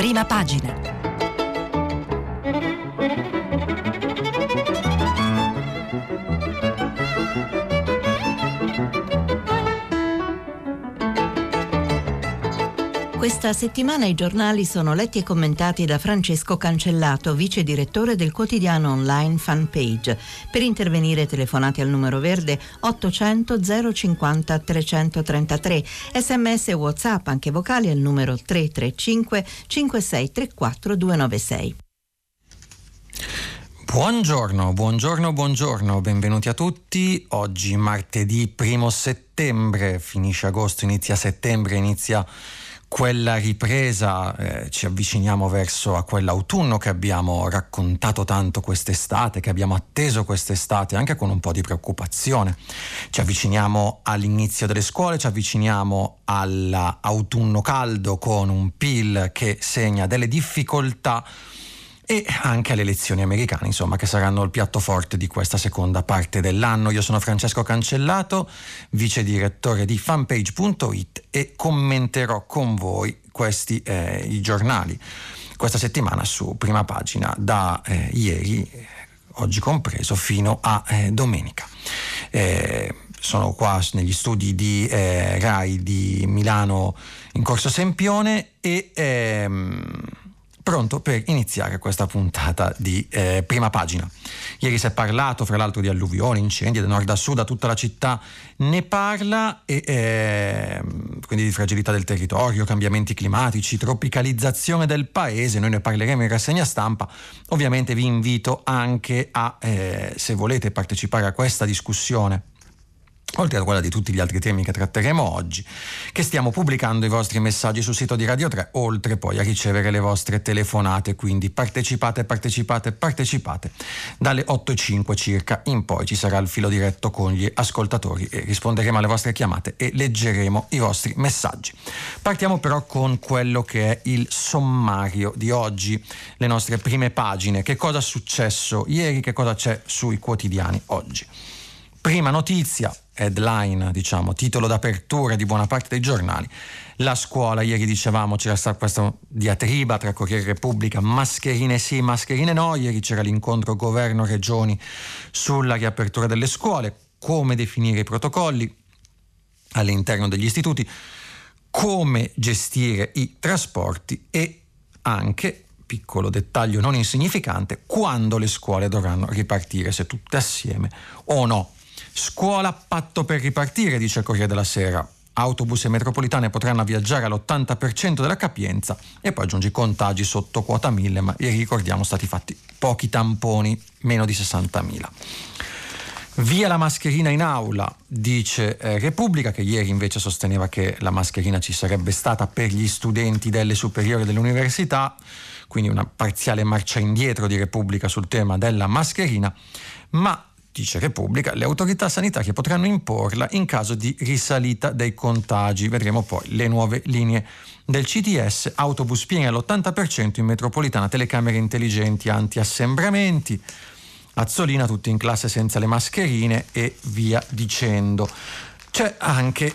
Prima pagina. Questa settimana i giornali sono letti e commentati da Francesco Cancellato, vice direttore del quotidiano online Fanpage. Per intervenire telefonate al numero verde 800 050 333, sms e WhatsApp anche vocali al numero 335 5634 296. Buongiorno, benvenuti a tutti. Oggi martedì 1 settembre, finisce agosto, inizia settembre, inizia quella ripresa, ci avviciniamo verso a quell'autunno che abbiamo raccontato tanto quest'estate, che abbiamo atteso quest'estate anche con un po' di preoccupazione. Ci avviciniamo all'inizio delle scuole, ci avviciniamo all'autunno caldo con un PIL che segna delle difficoltà e anche alle elezioni americane, insomma, che saranno il piatto forte di questa seconda parte dell'anno. Io sono Francesco Cancellato, vice direttore di fanpage.it, e commenterò con voi questi i giornali questa settimana su Prima Pagina, da ieri, oggi compreso, fino a domenica. Sono qua negli studi di Rai di Milano in Corso Sempione e pronto per iniziare questa puntata di Prima Pagina. Ieri si è parlato fra l'altro di alluvioni, incendi da nord a sud, tutta la città ne parla, e quindi di fragilità del territorio, cambiamenti climatici, tropicalizzazione del paese. Noi ne parleremo in rassegna stampa. Ovviamente vi invito anche a, se volete partecipare a questa discussione, oltre a quella di tutti gli altri temi che tratteremo oggi, che stiamo pubblicando i vostri messaggi sul sito di Radio 3, oltre poi a ricevere le vostre telefonate. Quindi partecipate dalle 8:05 circa in poi. Ci sarà il filo diretto con gli ascoltatori e risponderemo alle vostre chiamate e leggeremo i vostri messaggi. Partiamo però con quello che è il sommario di oggi, le nostre prime pagine. Che cosa è successo ieri, che cosa c'è sui quotidiani oggi. Prima notizia, headline, diciamo, titolo d'apertura di buona parte dei giornali. La scuola, ieri dicevamo c'era stata questa diatriba tra Corriere e Repubblica, mascherine sì, mascherine no. Ieri c'era l'incontro governo-regioni sulla riapertura delle scuole, come definire i protocolli all'interno degli istituti, come gestire i trasporti e anche, piccolo dettaglio non insignificante, quando le scuole dovranno ripartire, se tutte assieme o no. Scuola patto per ripartire, dice il Corriere della Sera. Autobus e metropolitane potranno viaggiare all'80% della capienza, e poi aggiungi contagi sotto quota 1000, ma ieri ricordiamo stati fatti pochi tamponi, meno di 60.000. Via la mascherina in aula, dice Repubblica, che ieri invece sosteneva che la mascherina ci sarebbe stata per gli studenti delle superiori e dell'università, quindi una parziale marcia indietro di Repubblica sul tema della mascherina, ma dice Repubblica, le autorità sanitarie potranno imporla in caso di risalita dei contagi. Vedremo poi le nuove linee del CTS, autobus pieni all'80% in metropolitana, telecamere intelligenti anti-assembramenti, Azzolina tutti in classe senza le mascherine e via dicendo. C'è anche,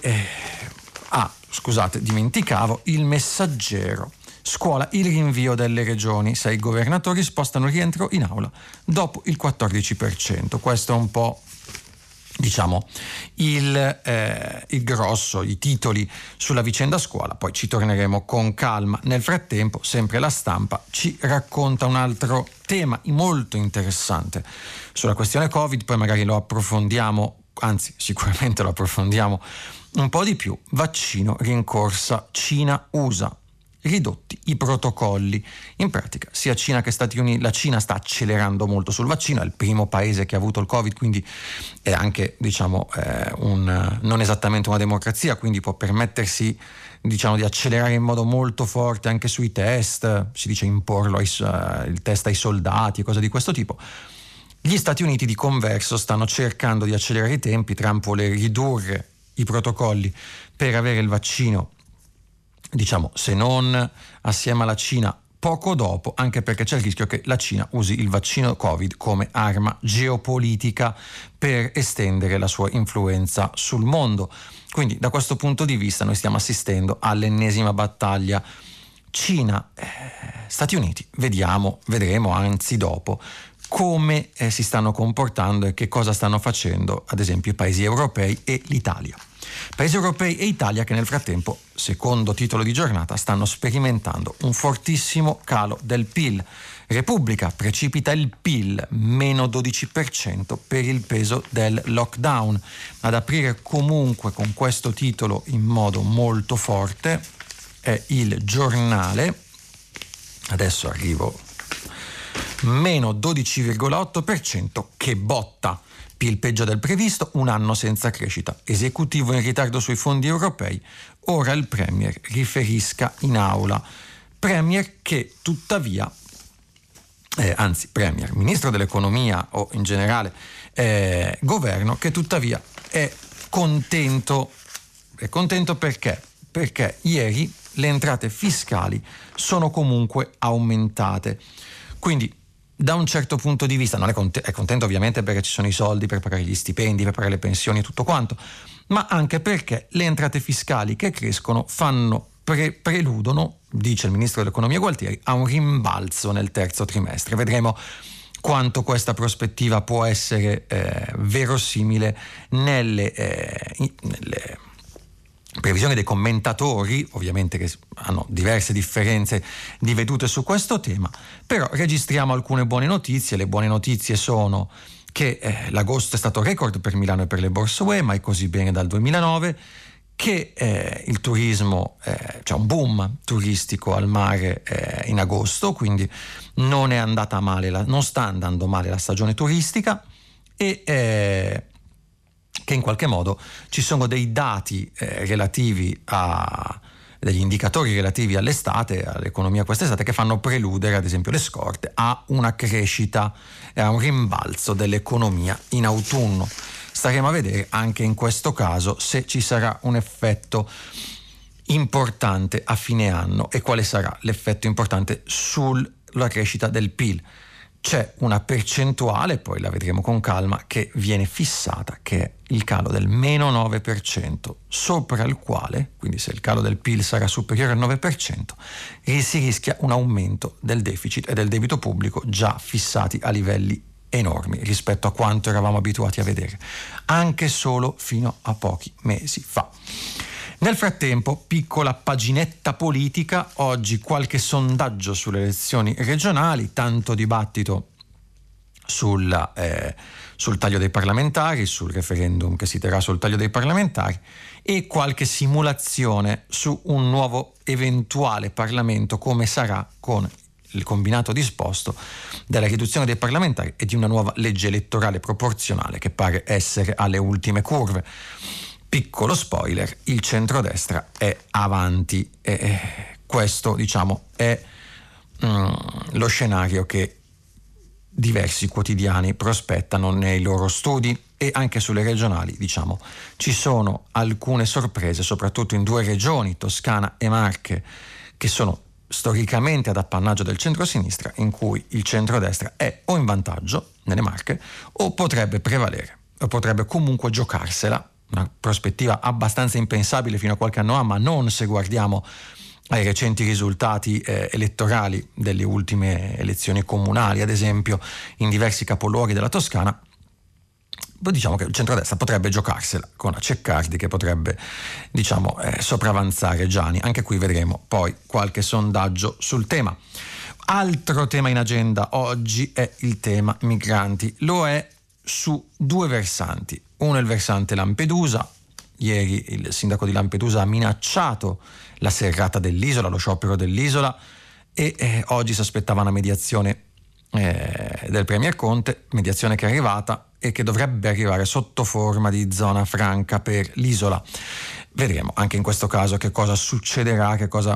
dimenticavo, il Messaggero. Scuola, il rinvio delle regioni, 6 governatori spostano il rientro in aula dopo il 14%. Questo è un po', diciamo, il grosso, i titoli sulla vicenda scuola. Poi ci torneremo con calma. Nel frattempo, sempre La Stampa ci racconta un altro tema molto interessante sulla questione Covid, poi magari lo approfondiamo, anzi sicuramente lo approfondiamo un po' di più. Vaccino, rincorsa Cina-USA. Ridotti i protocolli. In pratica sia Cina che Stati Uniti, la Cina sta accelerando molto sul vaccino, è il primo paese che ha avuto il Covid, quindi è anche, diciamo, non esattamente una democrazia, quindi può permettersi, diciamo, di accelerare in modo molto forte anche sui test, si dice imporlo il test ai soldati e cose di questo tipo. Gli Stati Uniti di converso stanno cercando di accelerare i tempi. Trump vuole ridurre i protocolli per avere il vaccino, diciamo, se non assieme alla Cina, poco dopo, anche perché c'è il rischio che la Cina usi il vaccino Covid come arma geopolitica per estendere la sua influenza sul mondo. Quindi da questo punto di vista noi stiamo assistendo all'ennesima battaglia Cina, Stati Uniti, vedremo anzi dopo come si stanno comportando e che cosa stanno facendo ad esempio i paesi europei e l'Italia. Paesi europei e Italia che nel frattempo, secondo titolo di giornata, stanno sperimentando un fortissimo calo del PIL. Repubblica, precipita il PIL, meno 12% per il peso del lockdown. Ad aprire comunque con questo titolo in modo molto forte è il Giornale, adesso arrivo, meno 12,8%, che botta. PIL peggio del previsto, un anno senza crescita, esecutivo in ritardo sui fondi europei, ora il Premier riferisca in aula. Premier che tuttavia, Premier, Ministro dell'Economia o in generale Governo, che tuttavia è contento. È contento perché? Perché ieri le entrate fiscali sono comunque aumentate. Quindi da un certo punto di vista è contento ovviamente perché ci sono i soldi per pagare gli stipendi, per pagare le pensioni e tutto quanto, ma anche perché le entrate fiscali che crescono preludono, dice il Ministro dell'Economia Gualtieri, a un rimbalzo nel terzo trimestre. Vedremo quanto questa prospettiva può essere verosimile nelle previsioni dei commentatori, ovviamente che hanno diverse differenze di vedute su questo tema, però registriamo alcune buone notizie. Le buone notizie sono che l'agosto è stato record per Milano e per le borse UE, mai così bene dal 2009, che il turismo, c'è un boom turistico al mare in agosto, quindi non è andata male, non sta andando male la stagione turistica, e che in qualche modo ci sono dei dati degli indicatori relativi all'estate, all'economia quest'estate, che fanno preludere ad esempio le scorte a una crescita e a un rimbalzo dell'economia in autunno. Staremo a vedere anche in questo caso se ci sarà un effetto importante a fine anno e quale sarà l'effetto importante sulla crescita del PIL. C'è una percentuale, poi la vedremo con calma, che viene fissata, che è il calo del meno 9%, sopra il quale, quindi se il calo del PIL sarà superiore al 9%, si rischia un aumento del deficit e del debito pubblico già fissati a livelli enormi rispetto a quanto eravamo abituati a vedere, anche solo fino a pochi mesi fa. Nel frattempo, piccola paginetta politica, oggi qualche sondaggio sulle elezioni regionali, tanto dibattito sul taglio dei parlamentari, sul referendum che si terrà sul taglio dei parlamentari, e qualche simulazione su un nuovo eventuale Parlamento, come sarà con il combinato disposto della riduzione dei parlamentari e di una nuova legge elettorale proporzionale che pare essere alle ultime curve. Piccolo spoiler, il centrodestra è avanti e questo, diciamo, è lo scenario che diversi quotidiani prospettano nei loro studi, e anche sulle regionali, diciamo, ci sono alcune sorprese, soprattutto in due regioni, Toscana e Marche, che sono storicamente ad appannaggio del centrosinistra, in cui il centrodestra è o in vantaggio nelle Marche o potrebbe prevalere, o potrebbe comunque giocarsela. Una prospettiva abbastanza impensabile fino a qualche anno fa, ma non se guardiamo ai recenti risultati elettorali delle ultime elezioni comunali, ad esempio in diversi capoluoghi della Toscana. Diciamo che il centrodestra potrebbe giocarsela con Ceccardi, che potrebbe, diciamo, sopravanzare Giani. Anche qui vedremo poi qualche sondaggio sul tema. Altro tema in agenda oggi è il tema migranti. Lo è su due versanti. Uno è il versante Lampedusa. Ieri il sindaco di Lampedusa ha minacciato la serrata dell'isola, lo sciopero dell'isola, e oggi si aspettava una mediazione del Premier Conte, mediazione che è arrivata e che dovrebbe arrivare sotto forma di zona franca per l'isola. Vedremo anche in questo caso che cosa succederà,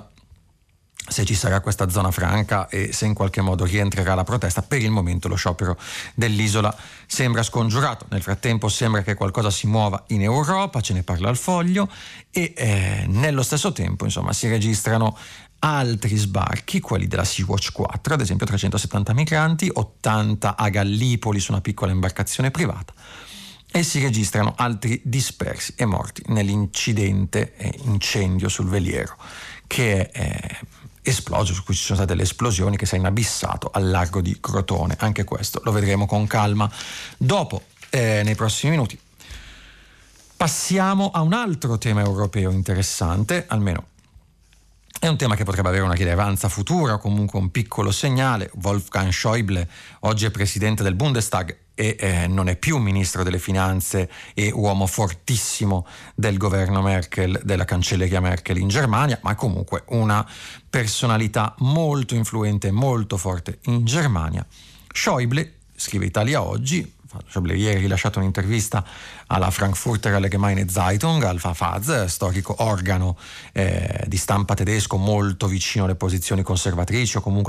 se ci sarà questa zona franca e se in qualche modo rientrerà la protesta. Per il momento lo sciopero dell'isola sembra scongiurato. Nel frattempo sembra che qualcosa si muova in Europa, ce ne parla il Foglio, e nello stesso tempo, insomma, si registrano altri sbarchi, quelli della Sea-Watch 4, ad esempio 370 migranti, 80 a Gallipoli su una piccola imbarcazione privata, e si registrano altri dispersi e morti nell'incidente incendio sul veliero, che è esploso, su cui ci sono state delle esplosioni, che si è inabissato al largo di Crotone. Anche questo lo vedremo con calma dopo, nei prossimi minuti. Passiamo a un altro tema europeo interessante, almeno è un tema che potrebbe avere una rilevanza futura o comunque un piccolo segnale. Wolfgang Schäuble oggi è presidente del Bundestag e non è più ministro delle finanze e uomo fortissimo del governo Merkel, della cancelleria Merkel in Germania, ma comunque una personalità molto influente e molto forte in Germania. Schäuble, scrive Italia Oggi, Schäuble ieri ha rilasciato un'intervista alla Frankfurter Allgemeine Zeitung, al FAFAZ, storico organo di stampa tedesco molto vicino alle posizioni conservatrici o comunque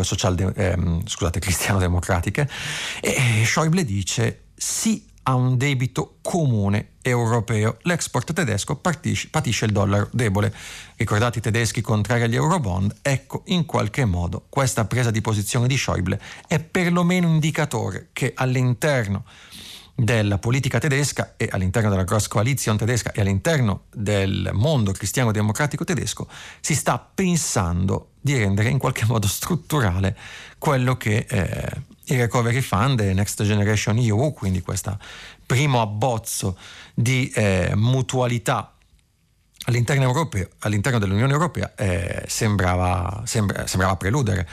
cristiano-democratiche, e Schäuble dice sì a un debito comune europeo. L'export tedesco patisce il dollaro debole. Ricordate i tedeschi contrari agli eurobond? Ecco, in qualche modo questa presa di posizione di Schäuble è perlomeno indicatore che all'interno della politica tedesca e all'interno della Großkoalition tedesca e all'interno del mondo cristiano-democratico tedesco si sta pensando di rendere in qualche modo strutturale quello che il Recovery Fund e Next Generation EU, quindi questo primo abbozzo di mutualità all'interno dell'Unione Europea sembrava preludere.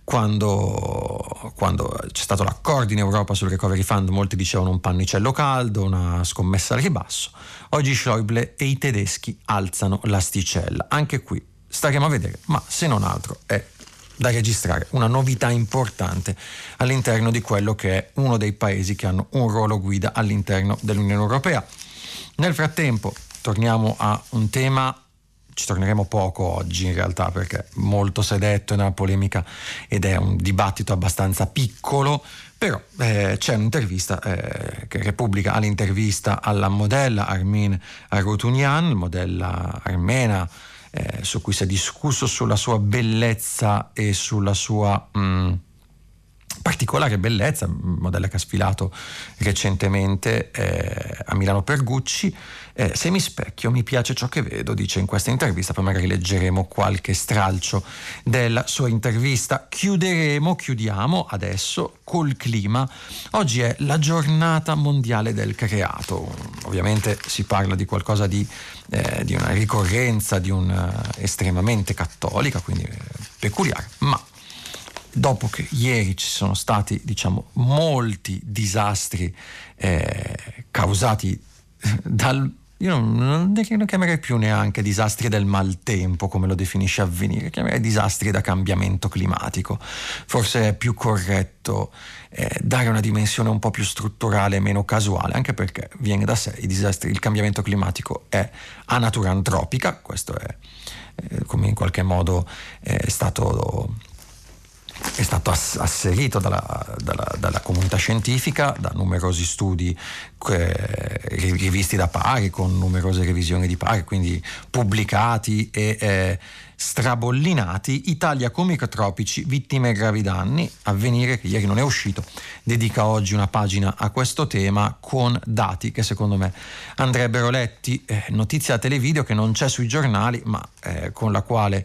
Quando c'è stato l'accordo in Europa sul Recovery Fund, molti dicevano un pannicello caldo, una scommessa al ribasso. Oggi Schäuble e i tedeschi alzano l'asticella. Anche qui staremo a vedere, ma se non altro è da registrare una novità importante all'interno di quello che è uno dei paesi che hanno un ruolo guida all'interno dell'Unione Europea. Nel frattempo torniamo a un tema. Ci torneremo poco oggi in realtà, perché molto si è detto nella polemica ed è un dibattito abbastanza piccolo, però c'è un'intervista che Repubblica all'intervista alla modella Armin Arutyunyan, modella armena, su cui si è discusso sulla sua bellezza e sulla sua particolare bellezza, modella che ha sfilato recentemente a Milano per Gucci. Se mi specchio mi piace ciò che vedo, dice in questa intervista. Poi magari leggeremo qualche stralcio della sua intervista. Chiudiamo adesso col clima. Oggi è la giornata mondiale del creato. Ovviamente si parla di qualcosa di una ricorrenza di estremamente cattolica, quindi peculiare, ma dopo che ieri ci sono stati, diciamo, molti disastri causati io non chiamerei più neanche disastri del maltempo, come lo definisce Avvenire, chiamerei disastri da cambiamento climatico. Forse è più corretto dare una dimensione un po' più strutturale e meno casuale, anche perché viene da sé il cambiamento climatico è a natura antropica. Questo è come in qualche modo è stato asserito dalla comunità scientifica, da numerosi studi rivisti da pari, con numerose revisioni di pari, quindi pubblicati e strabollinati. Italia con microtropici, vittime e gravi danni. Avvenire, che ieri non è uscito, dedica oggi una pagina a questo tema con dati che secondo me andrebbero letti. Notizia televideo che non c'è sui giornali, ma della quale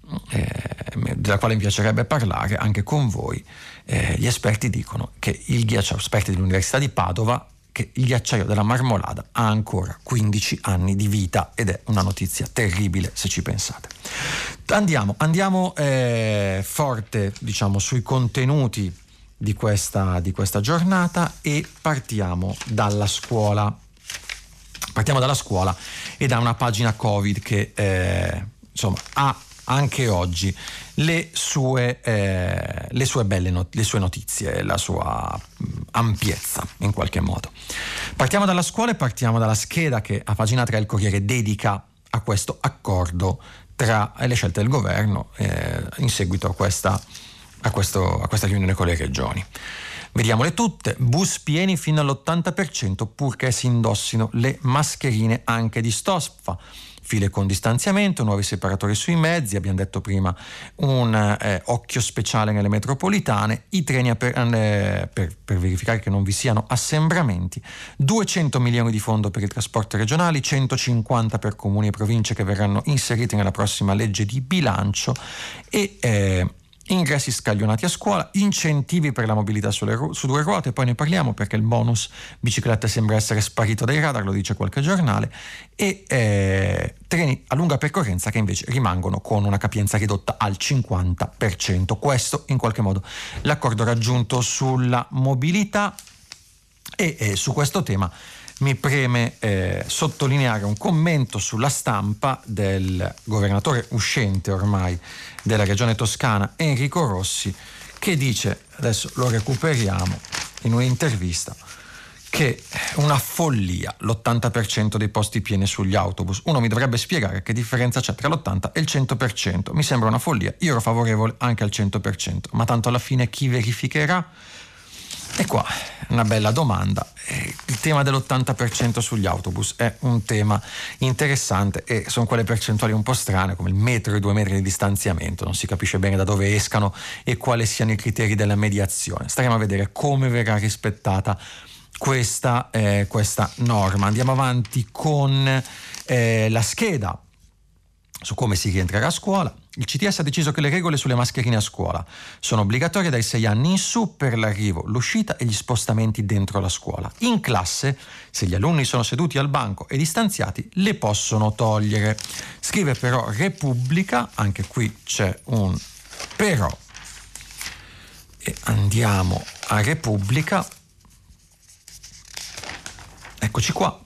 mi piacerebbe parlare anche con voi. Gli esperti dicono che esperti dell'Università di Padova, che il ghiacciaio della Marmolada ha ancora 15 anni di vita, ed è una notizia terribile se ci pensate. Andiamo forte, diciamo, sui contenuti di questa giornata e partiamo dalla scuola e da una pagina Covid che ha anche oggi le sue notizie, la sua ampiezza in qualche modo. Partiamo dalla scuola e partiamo dalla scheda che a pagina 3 il Corriere dedica a questo accordo tra le scelte del governo in seguito a questa riunione con le regioni. Vediamole tutte. Bus pieni fino all'80% purché si indossino le mascherine anche di stoffa. file con distanziamento, nuovi separatori sui mezzi, abbiamo detto prima un occhio speciale nelle metropolitane, i treni per verificare che non vi siano assembramenti, 200 milioni di fondo per i trasporti regionali, 150 per comuni e province che verranno inseriti nella prossima legge di bilancio e ingressi scaglionati a scuola, incentivi per la mobilità su due ruote, poi ne parliamo perché il bonus biciclette sembra essere sparito dai radar, lo dice qualche giornale, e treni a lunga percorrenza che invece rimangono con una capienza ridotta al 50%. Questo in qualche modo l'accordo raggiunto sulla mobilità e su questo tema mi preme sottolineare un commento sulla Stampa del governatore uscente ormai della regione toscana Enrico Rossi, che dice, adesso lo recuperiamo, in un'intervista, che è una follia l'80% dei posti pieni sugli autobus. Uno mi dovrebbe spiegare che differenza c'è tra l'80 e il 100%. Mi sembra una follia, io ero favorevole anche al 100%, ma tanto alla fine chi verificherà? E qua una bella domanda. Il tema dell'80% sugli autobus è un tema interessante e sono quelle percentuali un po' strane, come il metro e i 2 metri di distanziamento, non si capisce bene da dove escano e quali siano i criteri della mediazione. Staremo a vedere come verrà rispettata questa norma. Andiamo avanti con la scheda su come si rientrerà a scuola. Il CTS ha deciso che le regole sulle mascherine a scuola sono obbligatorie dai 6 anni in su per l'arrivo, l'uscita e gli spostamenti dentro la scuola. In classe, se gli alunni sono seduti al banco e distanziati, le possono togliere. Scrive però Repubblica, anche qui c'è un però. E andiamo a Repubblica. Eccoci qua.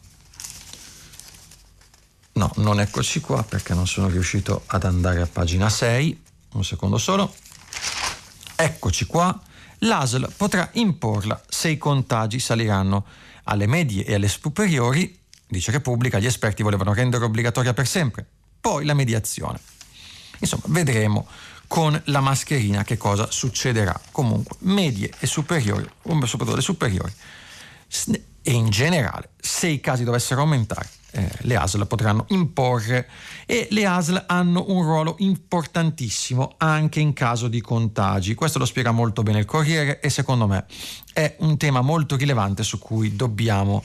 No, non eccoci qua perché non sono riuscito ad andare a pagina 6. Un secondo solo. Eccoci qua. L'ASL potrà imporla se i contagi saliranno. Alle medie e alle superiori, dice Repubblica, gli esperti volevano rendere obbligatoria per sempre. Poi la mediazione. Insomma, vedremo con la mascherina che cosa succederà. Comunque, medie e superiori, soprattutto le superiori, e in generale, se i casi dovessero aumentare, le ASL potranno imporre, e le ASL hanno un ruolo importantissimo anche in caso di contagi. Questo lo spiega molto bene il Corriere e secondo me è un tema molto rilevante su cui dobbiamo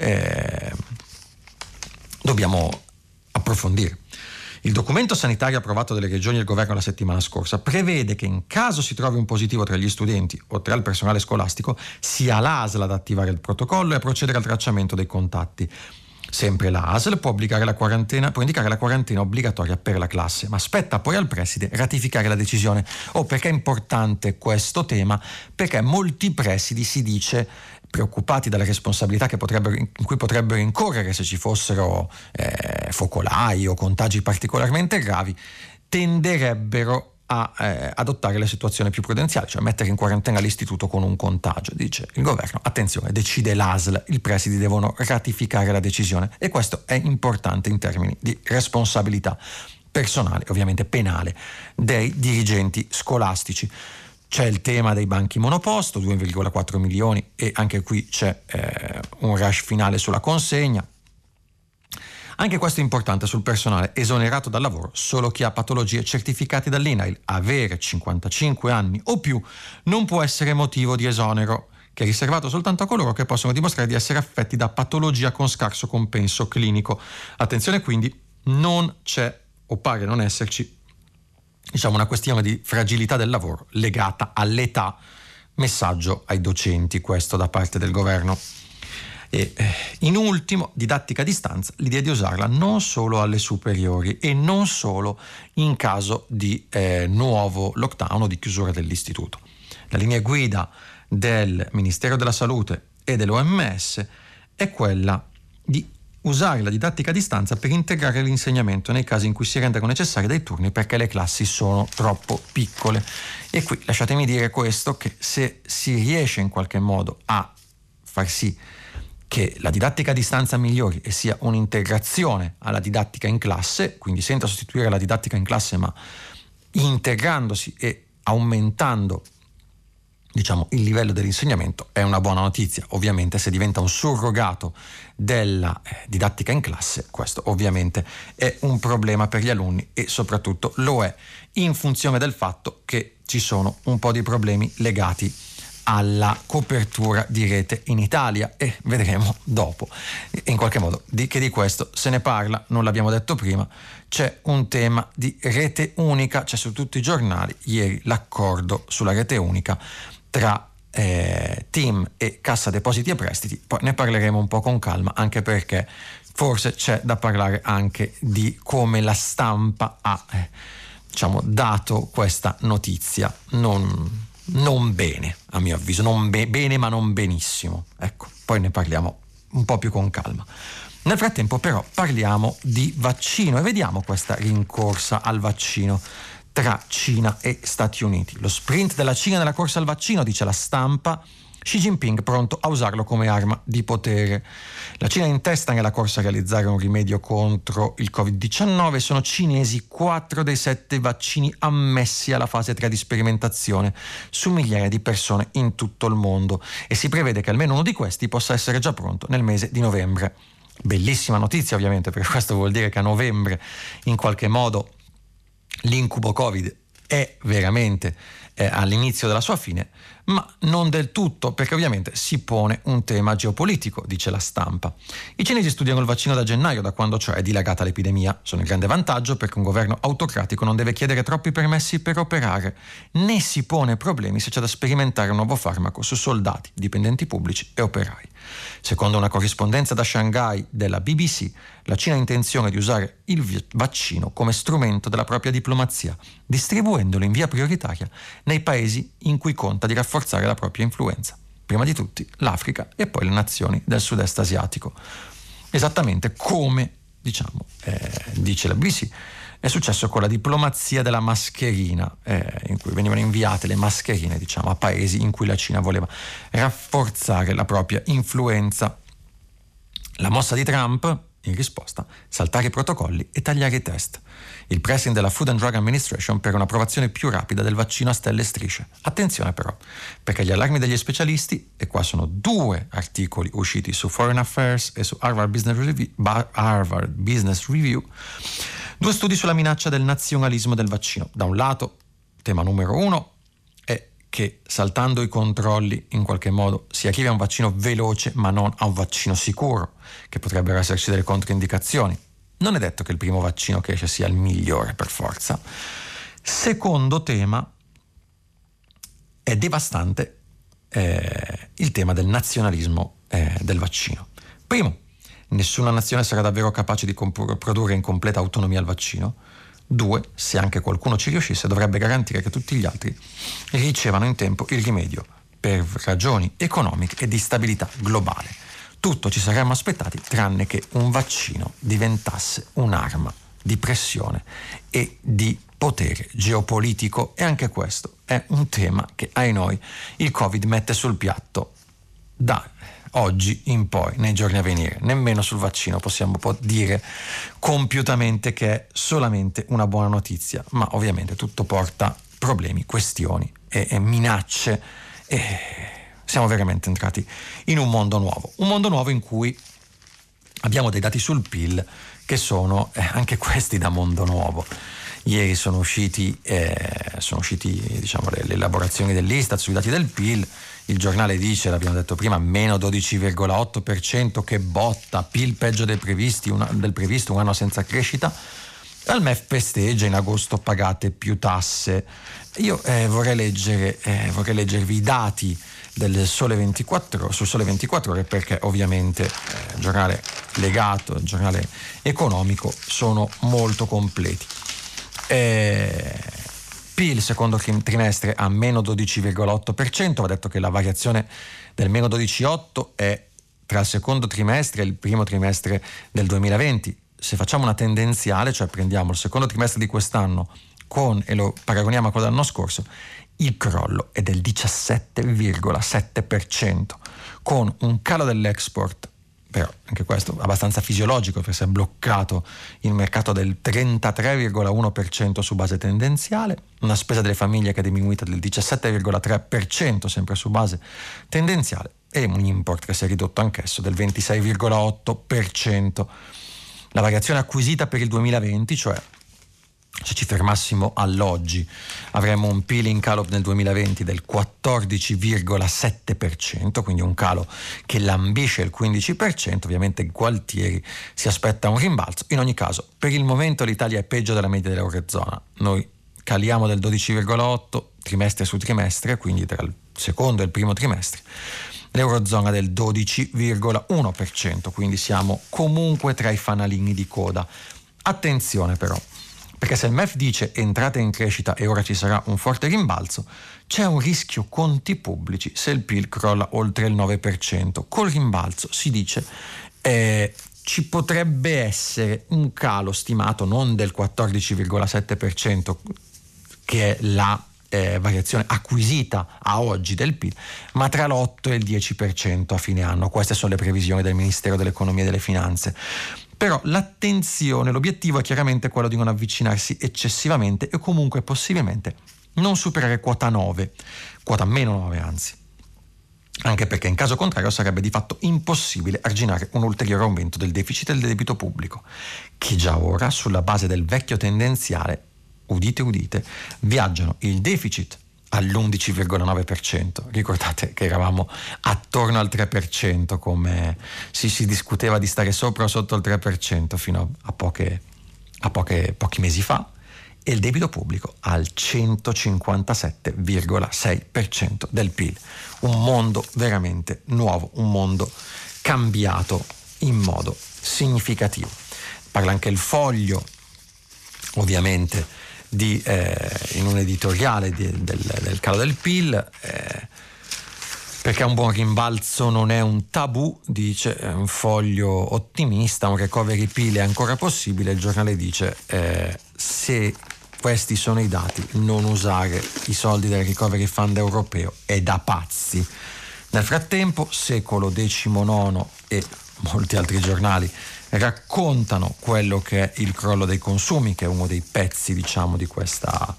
approfondire. Il documento sanitario approvato dalle regioni e il governo la settimana scorsa prevede che in caso si trovi un positivo tra gli studenti o tra il personale scolastico sia l'ASL ad attivare il protocollo e a procedere al tracciamento dei contatti. Sempre la ASL può indicare la quarantena obbligatoria per la classe, ma spetta poi al preside ratificare la decisione. Perché è importante questo tema? Perché molti presidi, si dice, preoccupati dalle responsabilità in cui potrebbero incorrere se ci fossero focolai o contagi particolarmente gravi, tenderebbero a adottare la situazione più prudenziale, cioè mettere in quarantena l'istituto con un contagio. Dice il governo, attenzione, decide l'ASL, i presidi devono ratificare la decisione, e questo è importante in termini di responsabilità personale, ovviamente penale, dei dirigenti scolastici. C'è il tema dei banchi monoposto, 2,4 milioni, e anche qui c'è un rush finale sulla consegna. Anche questo è importante sul personale esonerato dal lavoro, solo chi ha patologie certificate dall'INAIL. Avere 55 anni o più non può essere motivo di esonero, che è riservato soltanto a coloro che possono dimostrare di essere affetti da patologia con scarso compenso clinico. Attenzione, quindi non c'è, o pare non esserci, una questione di fragilità del lavoro legata all'età. Messaggio ai docenti, questo da parte del governo. E in ultimo, didattica a distanza, l'idea di usarla non solo alle superiori e non solo in caso di nuovo lockdown o di chiusura dell'istituto. La linea guida del Ministero della Salute e dell'OMS è quella di usare la didattica a distanza per integrare l'insegnamento nei casi in cui si rendano necessari dei turni perché le classi sono troppo piccole. E qui lasciatemi dire questo, che se si riesce in qualche modo a far sì che la didattica a distanza migliori e sia un'integrazione alla didattica in classe, quindi senza sostituire la didattica in classe ma integrandosi e aumentando diciamo, il livello dell'insegnamento è una buona notizia. Ovviamente se diventa un surrogato della didattica in classe, questo ovviamente è un problema per gli alunni, e soprattutto lo è in funzione del fatto che ci sono un po' di problemi legati alla copertura di rete in Italia, e vedremo dopo in qualche modo che di questo se ne parla. Non l'abbiamo detto prima, c'è un tema di rete unica, c'è su tutti i giornali ieri l'accordo sulla rete unica tra TIM e Cassa Depositi e Prestiti. Poi ne parleremo un po' con calma, anche perché forse c'è da parlare anche di come la stampa ha diciamo dato questa notizia non bene, a mio avviso, non bene ma non benissimo. Ecco, poi ne parliamo un po' più con calma. Nel frattempo però parliamo di vaccino e vediamo questa rincorsa al vaccino tra Cina e Stati Uniti. Lo sprint della Cina nella corsa al vaccino, dice la stampa. Xi Jinping pronto a usarlo come arma di potere. La Cina è in testa nella corsa a realizzare un rimedio contro il Covid-19. Sono cinesi 4 dei 7 vaccini ammessi alla fase 3 di sperimentazione su migliaia di persone in tutto il mondo, e si prevede che almeno uno di questi possa essere già pronto nel mese di novembre. Bellissima notizia, ovviamente, perché questo vuol dire che a novembre in qualche modo l'incubo Covid è veramente all'inizio della sua fine, ma non del tutto, perché ovviamente si pone un tema geopolitico, dice la stampa. I cinesi studiano il vaccino da gennaio, da quando cioè è dilagata l'epidemia. Sono in grande vantaggio perché un governo autocratico non deve chiedere troppi permessi per operare, né si pone problemi se c'è da sperimentare un nuovo farmaco su soldati, dipendenti pubblici e operai. Secondo una corrispondenza da Shanghai della BBC, la Cina ha intenzione di usare il vaccino come strumento della propria diplomazia, distribuendolo in via prioritaria nei paesi in cui conta di rafforzare la propria influenza, prima di tutti l'Africa e poi le nazioni del sud-est asiatico. Esattamente come, diciamo, dice la BBC, è successo con la diplomazia della mascherina, in cui venivano inviate le mascherine, diciamo, a paesi in cui la Cina voleva rafforzare la propria influenza. La mossa di Trump, in risposta, saltare i protocolli e tagliare i test. Il pressing della Food and Drug Administration per un'approvazione più rapida del vaccino a stelle e strisce. Attenzione però, perché gli allarmi degli specialisti, e qua sono 2 articoli usciti su Foreign Affairs e su Harvard Business Review, 2 studi sulla minaccia del nazionalismo del vaccino. Da un lato, tema numero 1 è che saltando i controlli in qualche modo si arriva a un vaccino veloce ma non a un vaccino sicuro, che potrebbero esserci delle controindicazioni. Non è detto che il primo vaccino che esce sia il migliore per forza. Secondo tema, è devastante il tema del nazionalismo del vaccino. Primo, nessuna nazione sarà davvero capace di produrre in completa autonomia il vaccino. 2, se anche qualcuno ci riuscisse, dovrebbe garantire che tutti gli altri ricevano in tempo il rimedio per ragioni economiche e di stabilità globale. Tutto ci saremmo aspettati tranne che un vaccino diventasse un'arma di pressione e di potere geopolitico, e anche questo è un tema che, ai noi, il Covid mette sul piatto da oggi in poi, nei giorni a venire. Nemmeno sul vaccino possiamo dire compiutamente che è solamente una buona notizia, ma ovviamente tutto porta problemi, questioni e minacce, e siamo veramente entrati in un mondo nuovo in cui abbiamo dei dati sul PIL che sono anche questi da mondo nuovo. Ieri sono usciti diciamo, le elaborazioni dell'Istat sui dati del PIL. Il giornale dice, l'abbiamo detto prima, meno 12,8%, che botta, PIL peggio del previsto, un anno senza crescita. Al MEF festeggia, in agosto pagate più tasse. Io vorrei leggervi i dati del Sole 24, sul Sole 24 Ore, perché ovviamente il giornale legato, il giornale economico, sono molto completi. PIL secondo trimestre a meno 12,8%, va detto che la variazione del meno 12,8 è tra il secondo trimestre e il primo trimestre del 2020. Se facciamo una tendenziale, cioè prendiamo il secondo trimestre di quest'anno e lo paragoniamo a quello dell'anno scorso, il crollo è del 17,7%, con un calo dell'export però anche questo abbastanza fisiologico, perché si è bloccato il mercato del 33,1% su base tendenziale, una spesa delle famiglie che è diminuita del 17,3% sempre su base tendenziale, e un import che si è ridotto anch'esso del 26,8%. La variazione acquisita per il 2020, cioè se ci fermassimo all'oggi, avremmo un PIL in calo nel 2020 del 14,7%, quindi un calo che lambisce il 15%. Ovviamente Gualtieri si aspetta un rimbalzo. In ogni caso, per il momento l'Italia è peggio della media dell'Eurozona. Noi caliamo del 12,8% trimestre su trimestre, quindi tra il secondo e il primo trimestre. L'Eurozona del 12,1%, quindi siamo comunque tra i fanalini di coda. Attenzione però, perché se il MEF dice entrate in crescita e ora ci sarà un forte rimbalzo, c'è un rischio conti pubblici se il PIL crolla oltre il 9%. Col rimbalzo si dice ci potrebbe essere un calo stimato non del 14,7%, che è la variazione acquisita a oggi del PIL, ma tra l'8 e il 10% a fine anno. Queste sono le previsioni del Ministero dell'Economia e delle Finanze. Però l'attenzione, l'obiettivo è chiaramente quello di non avvicinarsi eccessivamente e comunque possibilmente non superare quota 9, quota meno 9 anzi, anche perché in caso contrario sarebbe di fatto impossibile arginare un ulteriore aumento del deficit e del debito pubblico, che già ora sulla base del vecchio tendenziale, udite udite, viaggiano il deficit all'11,9%. Ricordate che eravamo attorno al 3%, come si discuteva di stare sopra o sotto il 3% fino a pochi mesi fa, e il debito pubblico al 157,6% del PIL. Un mondo veramente nuovo, un mondo cambiato in modo significativo. Parla anche il Foglio, ovviamente, in un editoriale del calo del PIL, perché un buon rimbalzo non è un tabù, dice, è un Foglio ottimista, un recovery PIL è ancora possibile. Il giornale dice se questi sono i dati, non usare i soldi del recovery fund europeo è da pazzi. Nel frattempo Secolo, XIX e molti altri giornali raccontano quello che è il crollo dei consumi, che è uno dei pezzi, diciamo, di questo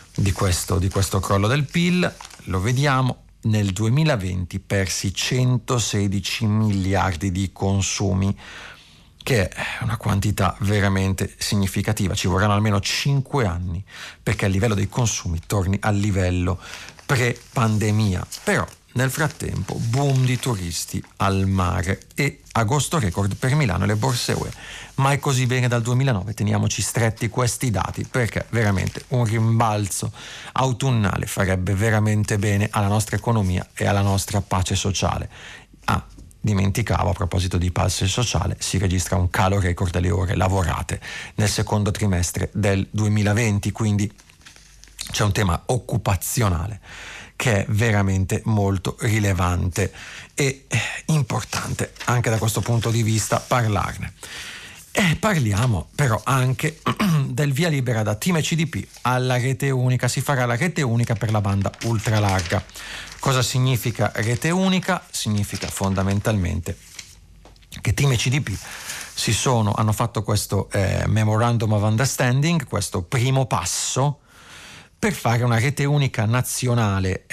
crollo del PIL. Lo vediamo: nel 2020 persi 116 miliardi di consumi, che è una quantità veramente significativa. Ci vorranno almeno 5 anni perché il livello dei consumi torni al livello pre-pandemia. Però nel frattempo boom di turisti al mare e agosto record per Milano e le borse UE. Mai così bene dal 2009, teniamoci stretti questi dati, perché veramente un rimbalzo autunnale farebbe veramente bene alla nostra economia e alla nostra pace sociale. Dimenticavo, a proposito di pace sociale, si registra un calo record delle ore lavorate nel secondo trimestre del 2020, quindi c'è un tema occupazionale che è veramente molto rilevante e importante anche da questo punto di vista parlarne. E parliamo però anche del via libera da Team CDP alla rete unica. Si farà la rete unica per la banda ultralarga. Cosa significa rete unica? Significa fondamentalmente che Team CDP hanno fatto questo Memorandum of Understanding, questo primo passo per fare una rete unica nazionale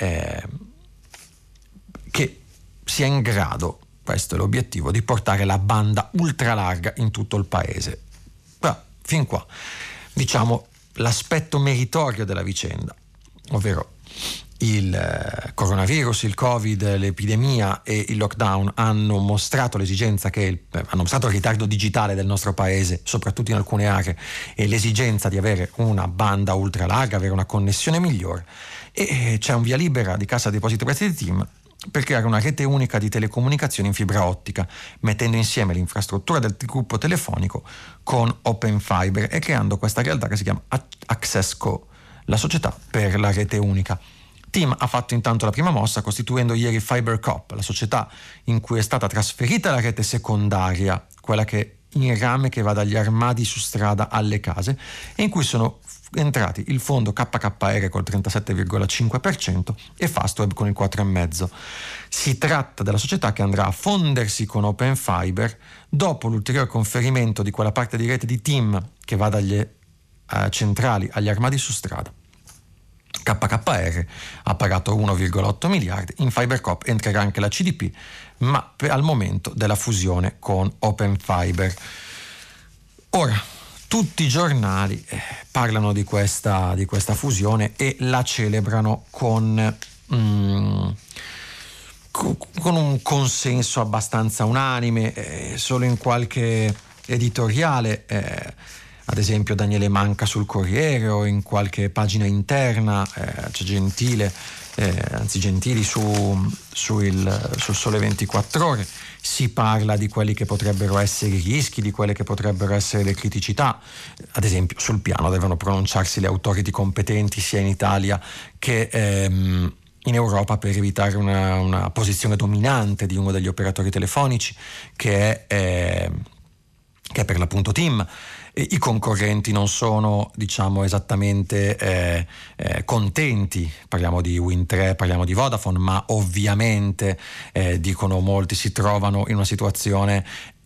che sia in grado, questo è l'obiettivo, di portare la banda ultralarga in tutto il paese. Fin qua, diciamo, l'aspetto meritorio della vicenda, ovvero il coronavirus, il Covid, l'epidemia e il lockdown hanno mostrato l'esigenza hanno mostrato il ritardo digitale del nostro paese, soprattutto in alcune aree, e l'esigenza di avere una banda ultralarga, avere una connessione migliore, e c'è un via libera di Cassa Depositi e Prestiti Team per creare una rete unica di telecomunicazioni in fibra ottica, mettendo insieme l'infrastruttura del gruppo telefonico con Open Fiber e creando questa realtà che si chiama AccessCo, la società per la rete unica. Team ha fatto intanto la prima mossa costituendo ieri FiberCop, la società in cui è stata trasferita la rete secondaria, quella che in rame che va dagli armadi su strada alle case, e in cui sono entrati il fondo KKR col 37,5% e Fastweb con il 4,5%. Si tratta della società che andrà a fondersi con Open Fiber dopo l'ulteriore conferimento di quella parte di rete di TIM che va dagli centrali agli armadi su strada. KKR ha pagato 1,8 miliardi, in FiberCop entrerà anche la CDP, ma al momento della fusione con Open Fiber. Ora, tutti i giornali parlano di questa fusione e la celebrano con un consenso abbastanza unanime, solo in qualche editoriale, ad esempio Daniele Manca sul Corriere o in qualche pagina interna, c'è Gentili sul Sole 24 Ore, si parla di quelli che potrebbero essere i rischi, di quelle che potrebbero essere le criticità. Ad esempio sul piano devono pronunciarsi le autority competenti sia in Italia che in Europa per evitare una posizione dominante di uno degli operatori telefonici che è per l'appunto TIM. I concorrenti non sono, diciamo, esattamente contenti, parliamo di Wind3, parliamo di Vodafone, ma ovviamente dicono molti si trovano in una situazione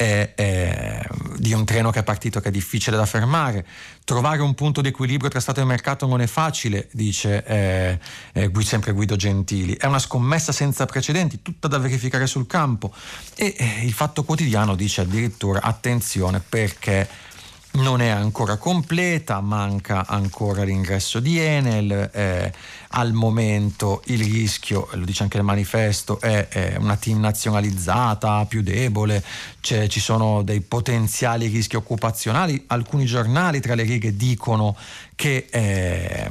di un treno che è partito che è difficile da fermare. Trovare un punto di equilibrio tra Stato e mercato non è facile, dice sempre Guido Gentili, è una scommessa senza precedenti, tutta da verificare sul campo. E il Fatto Quotidiano dice addirittura attenzione perché non è ancora completa, manca ancora l'ingresso di Enel, al momento il rischio, lo dice anche il manifesto, è una TIM nazionalizzata, più debole, ci sono dei potenziali rischi occupazionali. Alcuni giornali tra le righe dicono che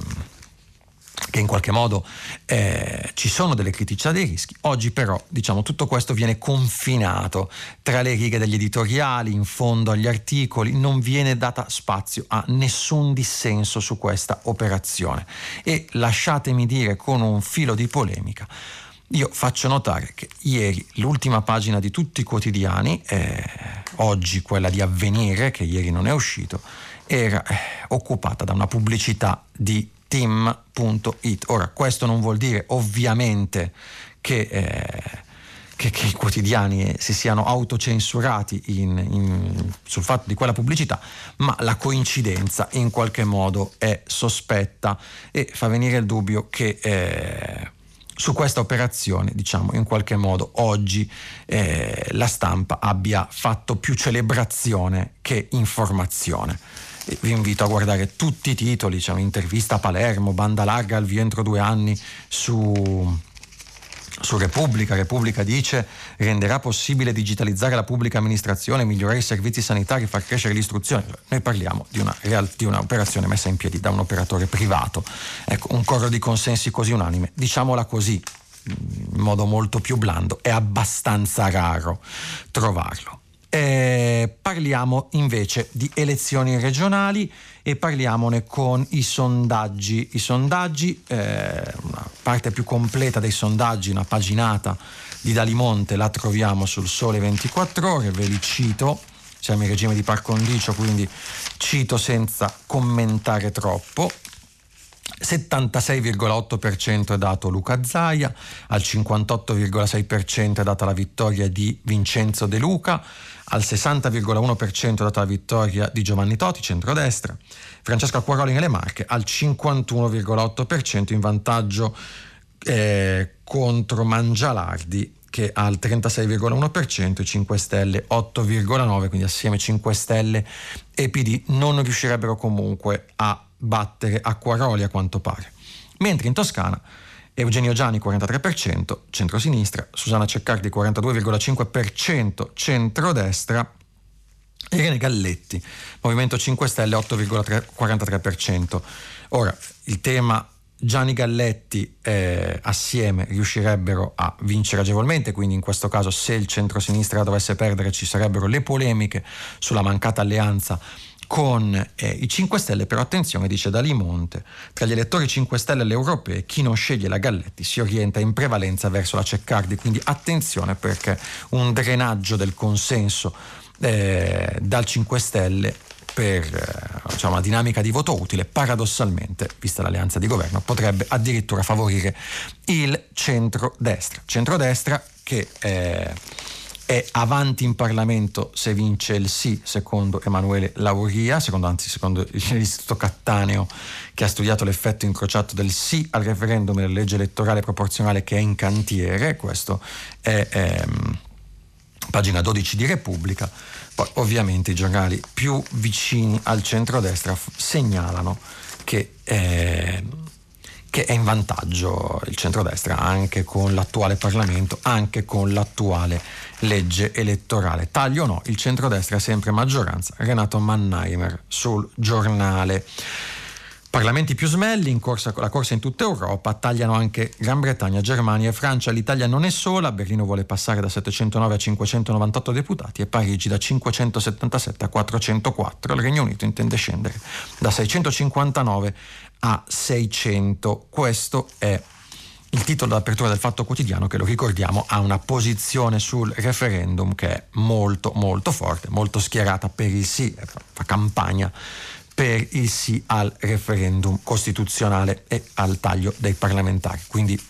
in qualche modo ci sono delle criticità dei rischi. Oggi però, diciamo, tutto questo viene confinato tra le righe degli editoriali, in fondo agli articoli, non viene data spazio a nessun dissenso su questa operazione. E lasciatemi dire con un filo di polemica, io faccio notare che ieri l'ultima pagina di tutti i quotidiani, oggi quella di Avvenire, che ieri non è uscito, era occupata da una pubblicità di TIM.it. Ora, questo non vuol dire ovviamente che i quotidiani si siano autocensurati sul fatto di quella pubblicità, ma la coincidenza in qualche modo è sospetta e fa venire il dubbio che su questa operazione, diciamo, in qualche modo oggi la stampa abbia fatto più celebrazione che informazione. Vi invito a guardare tutti i titoli, c'è un'intervista a Palermo, banda larga al via entro 2 anni su Repubblica dice renderà possibile digitalizzare la pubblica amministrazione, migliorare i servizi sanitari, far crescere l'istruzione. Noi parliamo di una operazione messa in piedi da un operatore privato. Ecco, un coro di consensi così unanime, diciamola così, in modo molto più blando, è abbastanza raro trovarlo. Parliamo invece di elezioni regionali e parliamone con i sondaggi. Una parte più completa dei sondaggi, una paginata di Dalimonte la troviamo sul Sole 24 Ore, ve li cito, siamo in regime di par condicio, quindi cito senza commentare troppo. 76,8% è dato Luca Zaia, al 58,6% è data la vittoria di Vincenzo De Luca, al 60,1% è data la vittoria di Giovanni Toti, centrodestra, Francesco Acquaroli nelle Marche al 51,8% in vantaggio contro Mangialardi che ha il 36,1%, i 5 Stelle 8,9%, quindi assieme 5 Stelle e PD non riuscirebbero comunque a battere Acquaroli a quanto pare. Mentre in Toscana Eugenio Giani 43%, centrosinistra, Susanna Ceccardi 42,5%, centrodestra, Irene Galletti, Movimento 5 Stelle 8,43%. Ora, il tema Gianni Galletti assieme riuscirebbero a vincere agevolmente, quindi in questo caso se il centrosinistra dovesse perdere ci sarebbero le polemiche sulla mancata alleanza con i 5 Stelle, però attenzione, dice Dalimonte, tra gli elettori 5 Stelle e le europee chi non sceglie la Galletti si orienta in prevalenza verso la Ceccardi, quindi attenzione perché un drenaggio del consenso dal 5 Stelle per una dinamica di voto utile, paradossalmente, vista l'alleanza di governo, potrebbe addirittura favorire il centrodestra che è avanti in Parlamento se vince il sì, secondo Emanuele Lauria, secondo l'Istituto Cattaneo, che ha studiato l'effetto incrociato del sì al referendum e della legge elettorale proporzionale che è in cantiere. Questo è pagina 12 di Repubblica. Poi ovviamente i giornali più vicini al centrodestra segnalano che è in vantaggio il centrodestra anche con l'attuale Parlamento, anche con l'attuale legge elettorale. Taglio no, il centrodestra è sempre maggioranza. Renato Mannheimer sul Giornale. Parlamenti più snelli, la corsa in tutta Europa, tagliano anche Gran Bretagna, Germania e Francia. L'Italia non è sola, Berlino vuole passare da 709 a 598 deputati e Parigi da 577 a 404. Il Regno Unito intende scendere da 659 a 600. Questo è il titolo d'apertura del Fatto Quotidiano, che, lo ricordiamo, ha una posizione sul referendum che è molto molto forte, molto schierata per il sì, fa campagna per il sì al referendum costituzionale e al taglio dei parlamentari. Quindi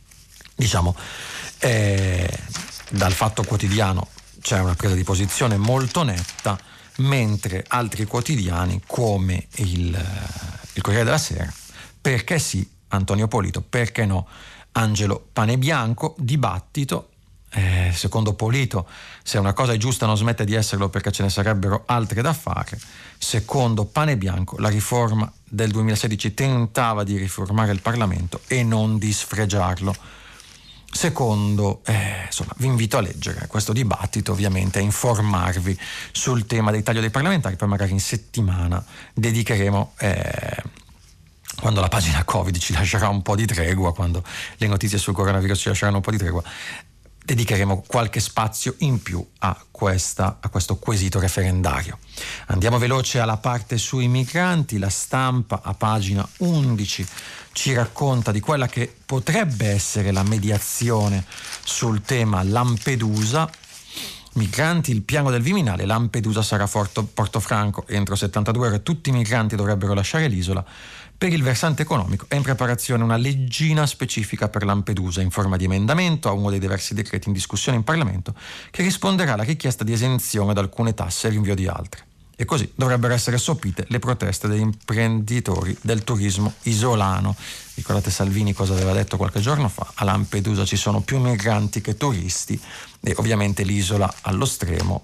dal Fatto Quotidiano c'è una presa di posizione molto netta, mentre altri quotidiani come il Corriere della Sera, perché sì Antonio Polito, perché no Angelo Panebianco, dibattito. Secondo Polito, se una cosa è giusta non smette di esserlo perché ce ne sarebbero altre da fare. Secondo Panebianco, la riforma del 2016 tentava di riformare il Parlamento e non di sfregiarlo. Secondo, vi invito a leggere questo dibattito, ovviamente a informarvi sul tema del taglio dei parlamentari. Poi magari in settimana dedicheremo, quando la pagina Covid ci lascerà un po' di tregua, quando le notizie sul coronavirus ci lasceranno un po' di tregua, dedicheremo qualche spazio in più a questo quesito referendario. Andiamo veloce alla parte sui migranti. La Stampa a pagina 11 ci racconta di quella che potrebbe essere la mediazione sul tema Lampedusa. Migranti, il piano del Viminale, Lampedusa sarà Portofranco entro 72 ore, tutti i migranti dovrebbero lasciare l'isola. Per il versante economico è in preparazione una leggina specifica per Lampedusa in forma di emendamento a uno dei diversi decreti in discussione in Parlamento, che risponderà alla richiesta di esenzione da alcune tasse e rinvio di altre. E così dovrebbero essere sopite le proteste degli imprenditori del turismo isolano. Ricordate Salvini cosa aveva detto qualche giorno fa? A Lampedusa ci sono più migranti che turisti, e ovviamente l'isola allo stremo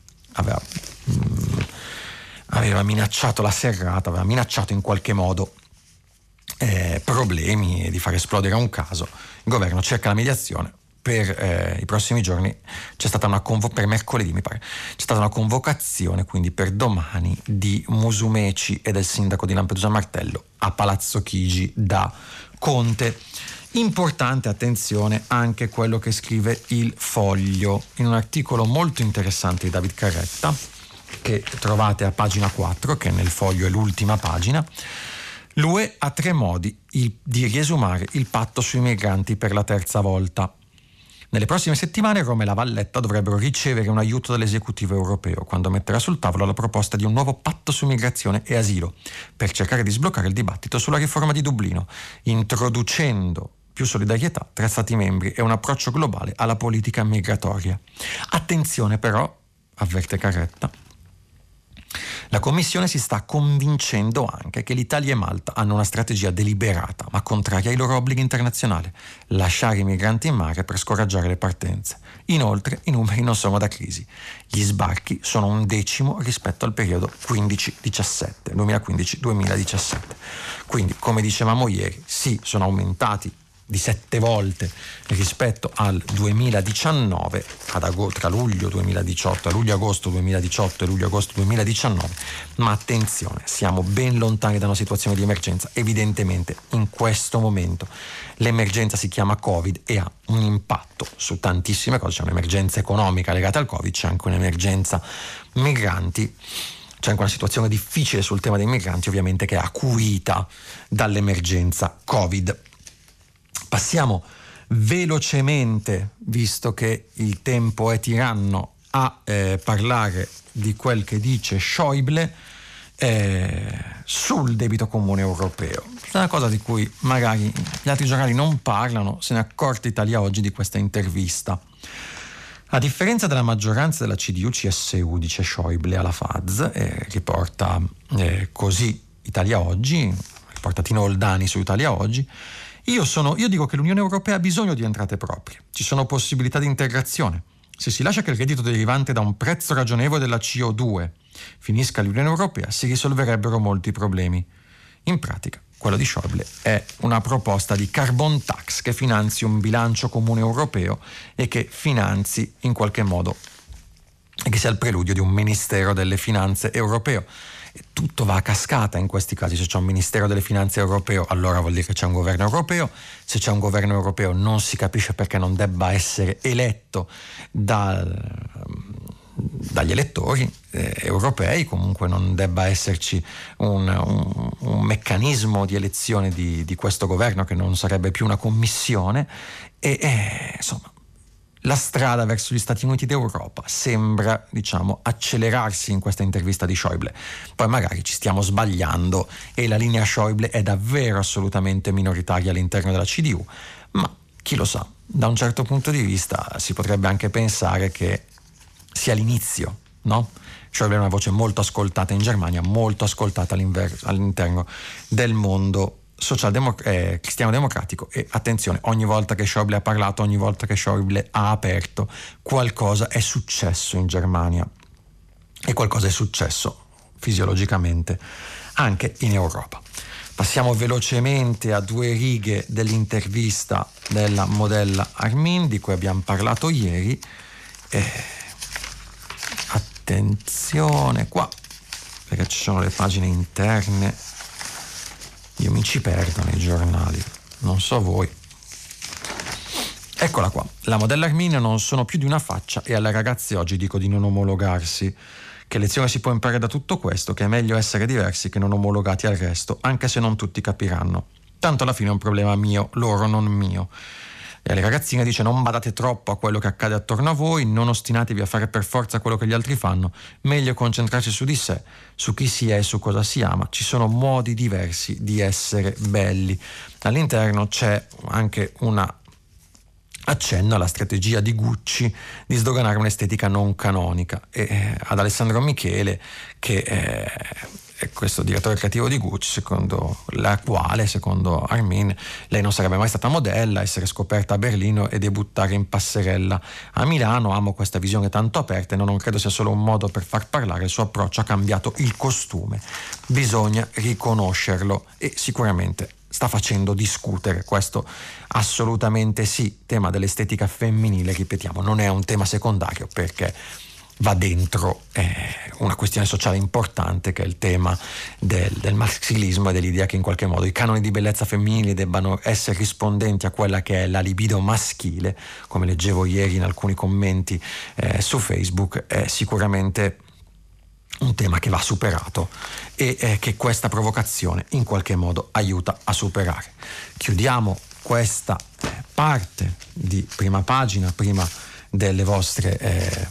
aveva minacciato la serrata, aveva minacciato in qualche modo problemi e di far esplodere un caso. Il governo cerca la mediazione. Per i prossimi giorni c'è stata per mercoledì mi pare, c'è stata una convocazione quindi per domani di Musumeci e del sindaco di Lampedusa Martello a Palazzo Chigi da Conte. Importante, attenzione, anche quello che scrive il Foglio in un articolo molto interessante di David Carretta, che trovate a pagina 4, che nel Foglio è l'ultima pagina. L'UE ha 3 modi di riesumare il patto sui migranti per la terza volta. Nelle prossime settimane Roma e la Valletta dovrebbero ricevere un aiuto dall'esecutivo europeo quando metterà sul tavolo la proposta di un nuovo patto su migrazione e asilo per cercare di sbloccare il dibattito sulla riforma di Dublino, introducendo più solidarietà tra Stati membri e un approccio globale alla politica migratoria. Attenzione però, avverte Carretta, la Commissione si sta convincendo anche che l'Italia e Malta hanno una strategia deliberata ma contraria ai loro obblighi internazionali: lasciare i migranti in mare per scoraggiare le partenze. Inoltre i numeri non sono da crisi, gli sbarchi sono 1/10 rispetto al periodo 2015-2017. Quindi, come dicevamo ieri, sì, sono aumentati di 7 volte rispetto al 2019, tra luglio 2018 a luglio-agosto 2018 e luglio-agosto 2019, ma attenzione, siamo ben lontani da una situazione di emergenza. Evidentemente in questo momento l'emergenza si chiama Covid e ha un impatto su tantissime cose. C'è un'emergenza economica legata al Covid, c'è anche un'emergenza migranti, c'è anche una situazione difficile sul tema dei migranti, ovviamente, che è acuita dall'emergenza Covid. Passiamo velocemente, visto che il tempo è tiranno, a parlare di quel che dice Schäuble. sul debito comune europeo. È una cosa di cui magari gli altri giornali non parlano, se ne è accorta Italia Oggi di questa intervista. A differenza della maggioranza della CDU-CSU, dice Schäuble alla FAZ, riporta così Italia Oggi, riporta Tino Oldani su Italia Oggi, io dico che l'Unione Europea ha bisogno di entrate proprie, ci sono possibilità di integrazione. Se si lascia che il reddito derivante da un prezzo ragionevole della CO2 finisca all'Unione Europea, si risolverebbero molti problemi. In pratica, quello di Schäuble è una proposta di carbon tax che finanzi un bilancio comune europeo e che finanzi in qualche modo, e che sia il preludio di un ministero delle finanze europeo. E tutto va a cascata in questi casi. Se c'è un ministero delle finanze europeo, allora vuol dire che c'è un governo europeo. Se c'è un governo europeo, non si capisce perché non debba essere eletto dagli elettori europei, comunque non debba esserci un meccanismo di elezione di questo governo, che non sarebbe più una commissione, e insomma la strada verso gli Stati Uniti d'Europa sembra, accelerarsi in questa intervista di Schäuble. Poi magari ci stiamo sbagliando e la linea Schäuble è davvero assolutamente minoritaria all'interno della CDU, ma chi lo sa, da un certo punto di vista si potrebbe anche pensare che sia l'inizio, no? Schäuble è una voce molto ascoltata in Germania, molto ascoltata all'interno del mondo cristiano democratico, e attenzione, ogni volta che Schäuble ha parlato, ogni volta che Schäuble ha aperto, qualcosa è successo in Germania e qualcosa è successo fisiologicamente anche in Europa. Passiamo velocemente a 2 righe dell'intervista della modella Armin, di cui abbiamo parlato ieri. Attenzione qua, perché ci sono le pagine interne. Io mi ci perdo nei giornali, non so voi. Eccola qua. La modella Armin: non sono più di una faccia, e alle ragazze oggi dico di non omologarsi. Che lezione si può imparare da tutto questo? Che è meglio essere diversi che non omologati al resto, anche se non tutti capiranno. Tanto alla fine è un problema mio, loro non mio. E alle ragazzine dice: non badate troppo a quello che accade attorno a voi, non ostinatevi a fare per forza quello che gli altri fanno, meglio concentrarsi su di sé, su chi si è e su cosa si ama. Ci sono modi diversi di essere belli. All'interno c'è anche una accenno alla strategia di Gucci di sdoganare un'estetica non canonica, e ad Alessandro Michele, che è questo direttore creativo di Gucci, secondo Armin, lei non sarebbe mai stata modella, essere scoperta a Berlino e debuttare in passerella a Milano. Amo questa visione tanto aperta e non credo sia solo un modo per far parlare. Il suo approccio ha cambiato il costume, bisogna riconoscerlo, e sicuramente sta facendo discutere, questo assolutamente sì. Tema dell'estetica femminile, ripetiamo, non è un tema secondario, perché va dentro una questione sociale importante, che è il tema del maschilismo e dell'idea che in qualche modo i canoni di bellezza femminili debbano essere rispondenti a quella che è la libido maschile, come leggevo ieri in alcuni commenti su Facebook. È sicuramente un tema che va superato e che questa provocazione in qualche modo aiuta a superare. Chiudiamo questa parte di prima pagina prima delle vostre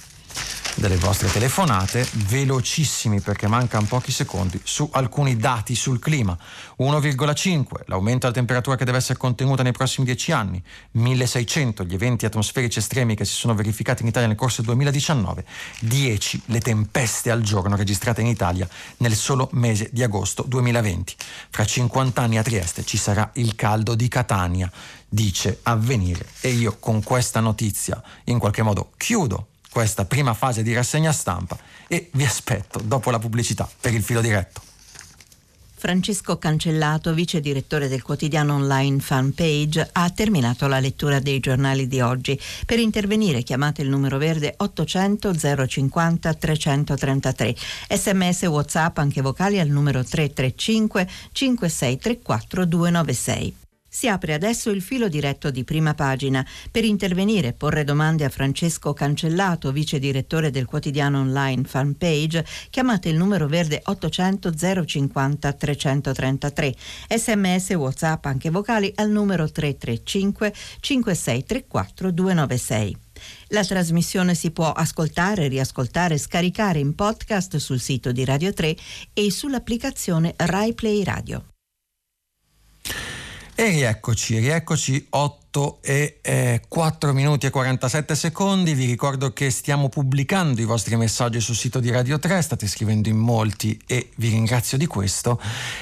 telefonate, velocissimi perché mancano pochi secondi, su alcuni dati sul clima. 1,5 l'aumento della temperatura che deve essere contenuta nei prossimi 10 anni, 1600 gli eventi atmosferici estremi che si sono verificati in Italia nel corso del 2019, 10 le tempeste al giorno registrate in Italia nel solo mese di agosto 2020. Fra 50 anni a Trieste ci sarà il caldo di Catania, dice Avvenire, e io con questa notizia in qualche modo chiudo questa prima fase di rassegna stampa e vi aspetto dopo la pubblicità per il filo diretto. Francesco Cancellato, vice direttore del quotidiano online Fanpage, ha terminato la lettura dei giornali di oggi. Per intervenire chiamate il numero verde 800 050 333. SMS WhatsApp anche vocali al numero 335 5634 296. Si apre adesso il filo diretto di prima pagina. Per intervenire e porre domande a Francesco Cancellato, vice direttore del quotidiano online Fanpage, chiamate il numero verde 800 050 333. SMS WhatsApp anche vocali al numero 335 5634 296. La trasmissione si può ascoltare, riascoltare, scaricare in podcast sul sito di Radio 3 e sull'applicazione Rai Play Radio. E rieccoci 8 e 4 minuti e 47 secondi. Vi ricordo che stiamo pubblicando i vostri messaggi sul sito di Radio 3, state scrivendo in molti e vi ringrazio di questo.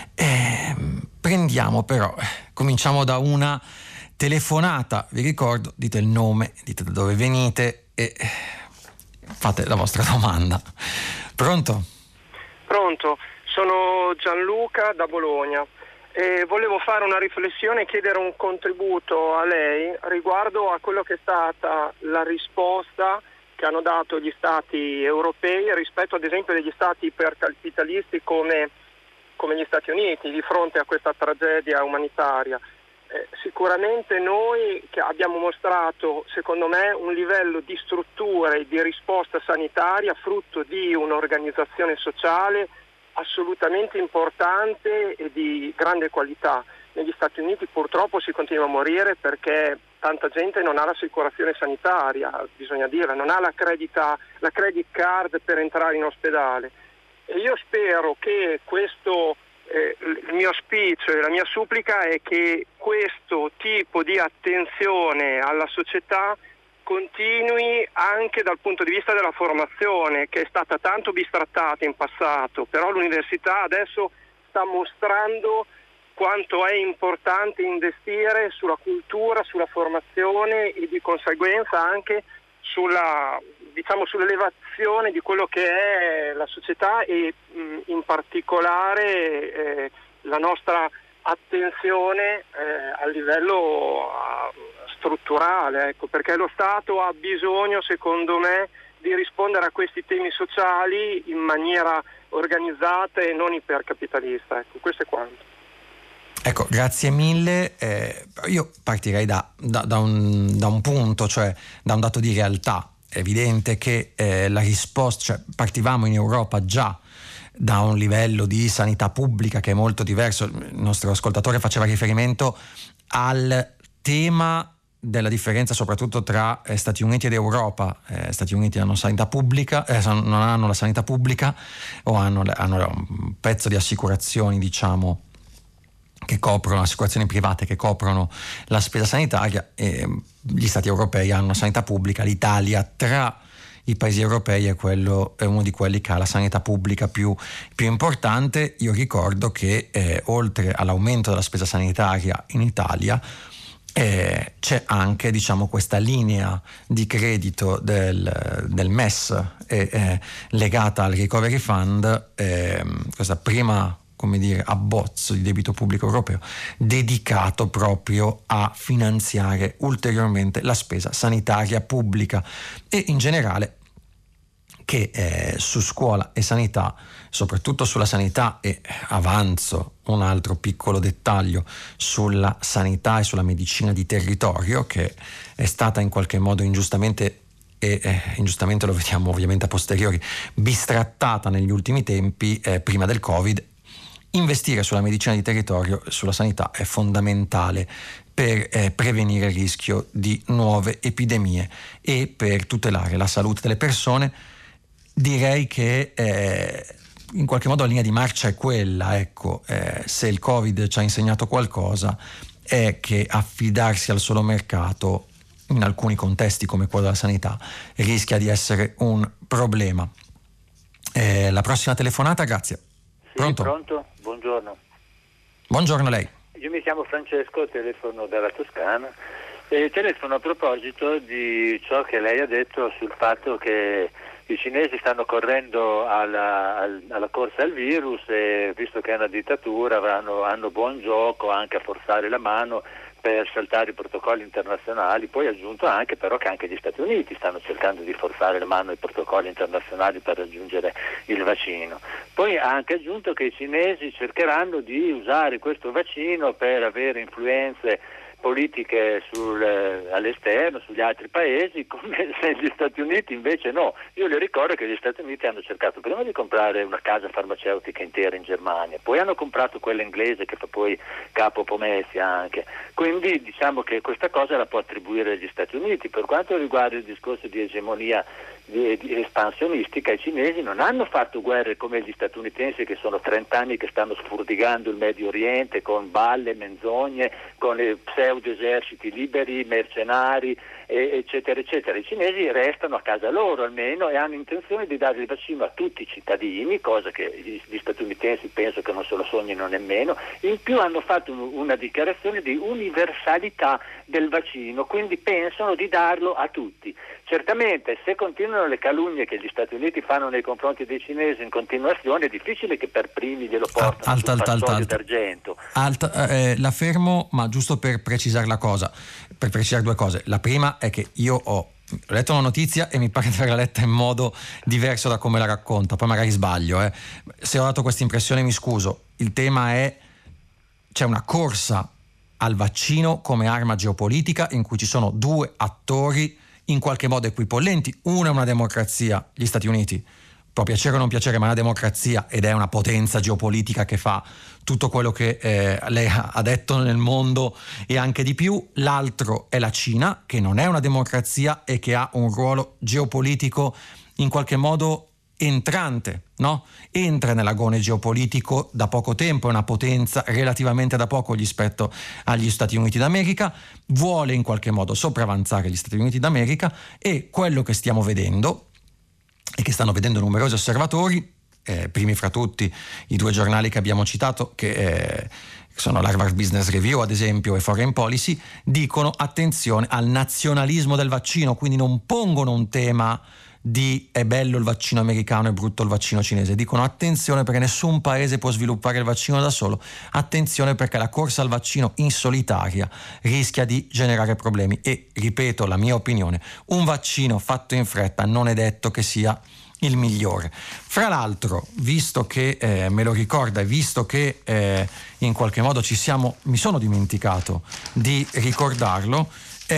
Cominciamo da una telefonata. Vi ricordo, dite il nome, dite da dove venite e fate la vostra domanda. Pronto? Pronto, sono Gianluca da Bologna. Volevo fare una riflessione e chiedere un contributo a lei riguardo a quello che è stata la risposta che hanno dato gli stati europei rispetto ad esempio degli stati ipercapitalisti come gli Stati Uniti di fronte a questa tragedia umanitaria. Sicuramente noi che abbiamo mostrato, secondo me, un livello di struttura e di risposta sanitaria frutto di un'organizzazione sociale assolutamente importante e di grande qualità. Negli Stati Uniti purtroppo si continua a morire perché tanta gente non ha l'assicurazione sanitaria, bisogna dire, non ha la credit card per entrare in ospedale. E io spero che questo, il mio auspicio e la mia supplica è che questo tipo di attenzione alla società continui anche dal punto di vista della formazione, che è stata tanto bistrattata in passato, però l'università adesso sta mostrando quanto è importante investire sulla cultura, sulla formazione e di conseguenza anche sull'elevazione di quello che è la società e in particolare la nostra attenzione a livello strutturale, ecco, perché lo Stato ha bisogno, secondo me, di rispondere a questi temi sociali in maniera organizzata e non ipercapitalista. Ecco, questo è quanto. Ecco, grazie mille. Io partirei da un punto, cioè da un dato di realtà. È evidente che la risposta, cioè partivamo in Europa già da un livello di sanità pubblica che è molto diverso. Il nostro ascoltatore faceva riferimento al tema della differenza soprattutto tra Stati Uniti ed Europa. Stati Uniti hanno sanità pubblica, non hanno la sanità pubblica o hanno un pezzo di assicurazioni, diciamo, che coprono, assicurazioni private che coprono la spesa sanitaria, e gli stati europei hanno una sanità pubblica. L'Italia tra i paesi europei è uno di quelli che ha la sanità pubblica più importante. Io ricordo che oltre all'aumento della spesa sanitaria in Italia c'è anche, diciamo, questa linea di credito del MES legata al Recovery Fund, questa prima, come dire, abbozzo di debito pubblico europeo dedicato proprio a finanziare ulteriormente la spesa sanitaria pubblica e in generale che su scuola e sanità, soprattutto sulla sanità, e avanzo un altro piccolo dettaglio sulla sanità e sulla medicina di territorio, che è stata in qualche modo ingiustamente, e ingiustamente lo vediamo ovviamente a posteriori, bistrattata negli ultimi tempi prima del Covid. Investire sulla medicina di territorio, sulla sanità, è fondamentale per prevenire il rischio di nuove epidemie e per tutelare la salute delle persone. Direi che in qualche modo la linea di marcia è quella, ecco, se il Covid ci ha insegnato qualcosa è che affidarsi al solo mercato in alcuni contesti come quello della sanità rischia di essere un problema. La prossima telefonata, grazie. Sì, pronto? Buongiorno. Buongiorno a lei. Io mi chiamo Francesco, telefono dalla Toscana e telefono a proposito di ciò che lei ha detto sul fatto che i cinesi stanno correndo alla corsa al virus e, visto che è una dittatura, hanno buon gioco anche a forzare la mano per saltare i protocolli internazionali. Poi ha aggiunto anche però che anche gli Stati Uniti stanno cercando di forzare la mano ai protocolli internazionali per raggiungere il vaccino. Poi ha anche aggiunto che i cinesi cercheranno di usare questo vaccino per avere influenze politiche all'esterno, sugli altri paesi, come se gli Stati Uniti invece no. Io le ricordo che gli Stati Uniti hanno cercato prima di comprare una casa farmaceutica intera in Germania, poi hanno comprato quella inglese che fa poi capo Pomezia anche, quindi diciamo che questa cosa la può attribuire agli Stati Uniti. Per quanto riguarda il discorso di egemonia di espansionistica, i cinesi non hanno fatto guerre come gli statunitensi, che sono 30 anni che stanno sfurdigando il Medio Oriente con balle, menzogne, con pseudo eserciti liberi, mercenari, eccetera eccetera. I cinesi restano a casa loro almeno e hanno intenzione di dare il vaccino a tutti i cittadini, cosa che gli statunitensi penso che non se lo sognino nemmeno. In più hanno fatto una dichiarazione di universalità del vaccino, quindi pensano di darlo a tutti. Certamente, se continuano le calunnie che gli Stati Uniti fanno nei confronti dei cinesi in continuazione, è difficile che per primi glielo portano sul vassoio d'argento. La fermo, ma giusto per precisare la cosa, per precisare due cose. La prima è che io ho letto una notizia e mi pare di averla letta in modo diverso da come la racconta, poi magari sbaglio. Se ho dato questa impressione mi scuso. Il tema è: c'è una corsa al vaccino come arma geopolitica in cui ci sono due attori in qualche modo equipollenti. Uno è una democrazia, gli Stati Uniti, può piacere o non piacere, ma è una democrazia ed è una potenza geopolitica che fa tutto quello che lei ha detto nel mondo e anche di più. L'altro è la Cina, che non è una democrazia e che ha un ruolo geopolitico in qualche modo entrante, no? Entra nell'agone geopolitico da poco tempo, è una potenza relativamente da poco rispetto agli Stati Uniti d'America, vuole in qualche modo sopravanzare gli Stati Uniti d'America, e quello che stiamo vedendo e che stanno vedendo numerosi osservatori, primi fra tutti i due giornali che abbiamo citato, che sono l'Harvard Business Review ad esempio e Foreign Policy, dicono attenzione al nazionalismo del vaccino, quindi non pongono un tema di è bello il vaccino americano e brutto il vaccino cinese, dicono attenzione perché nessun paese può sviluppare il vaccino da solo, attenzione perché la corsa al vaccino in solitaria rischia di generare problemi. E ripeto la mia opinione, un vaccino fatto in fretta non è detto che sia il migliore. Fra l'altro, visto che me lo ricorda e visto che in qualche modo mi sono dimenticato di ricordarlo,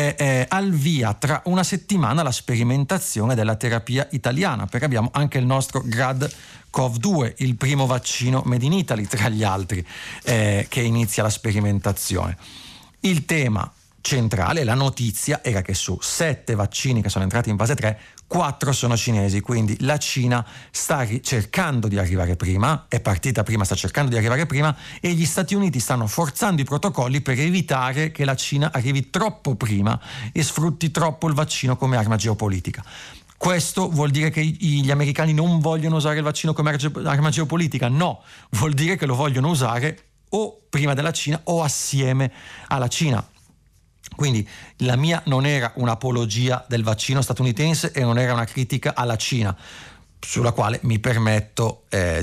al via tra una settimana la sperimentazione della terapia italiana, perché abbiamo anche il nostro GradCov2, il primo vaccino made in Italy tra gli altri, che inizia la sperimentazione. Il tema centrale, la notizia, era che su 7 vaccini che sono entrati in fase 3, 4 sono cinesi, quindi la Cina sta cercando di arrivare prima, è partita prima, sta cercando di arrivare prima, e gli Stati Uniti stanno forzando i protocolli per evitare che la Cina arrivi troppo prima e sfrutti troppo il vaccino come arma geopolitica. Questo vuol dire che gli americani non vogliono usare il vaccino come arma geopolitica? No, vuol dire che lo vogliono usare o prima della Cina o assieme alla Cina. Quindi la mia non era un'apologia del vaccino statunitense e non era una critica alla Cina, sulla quale mi permetto,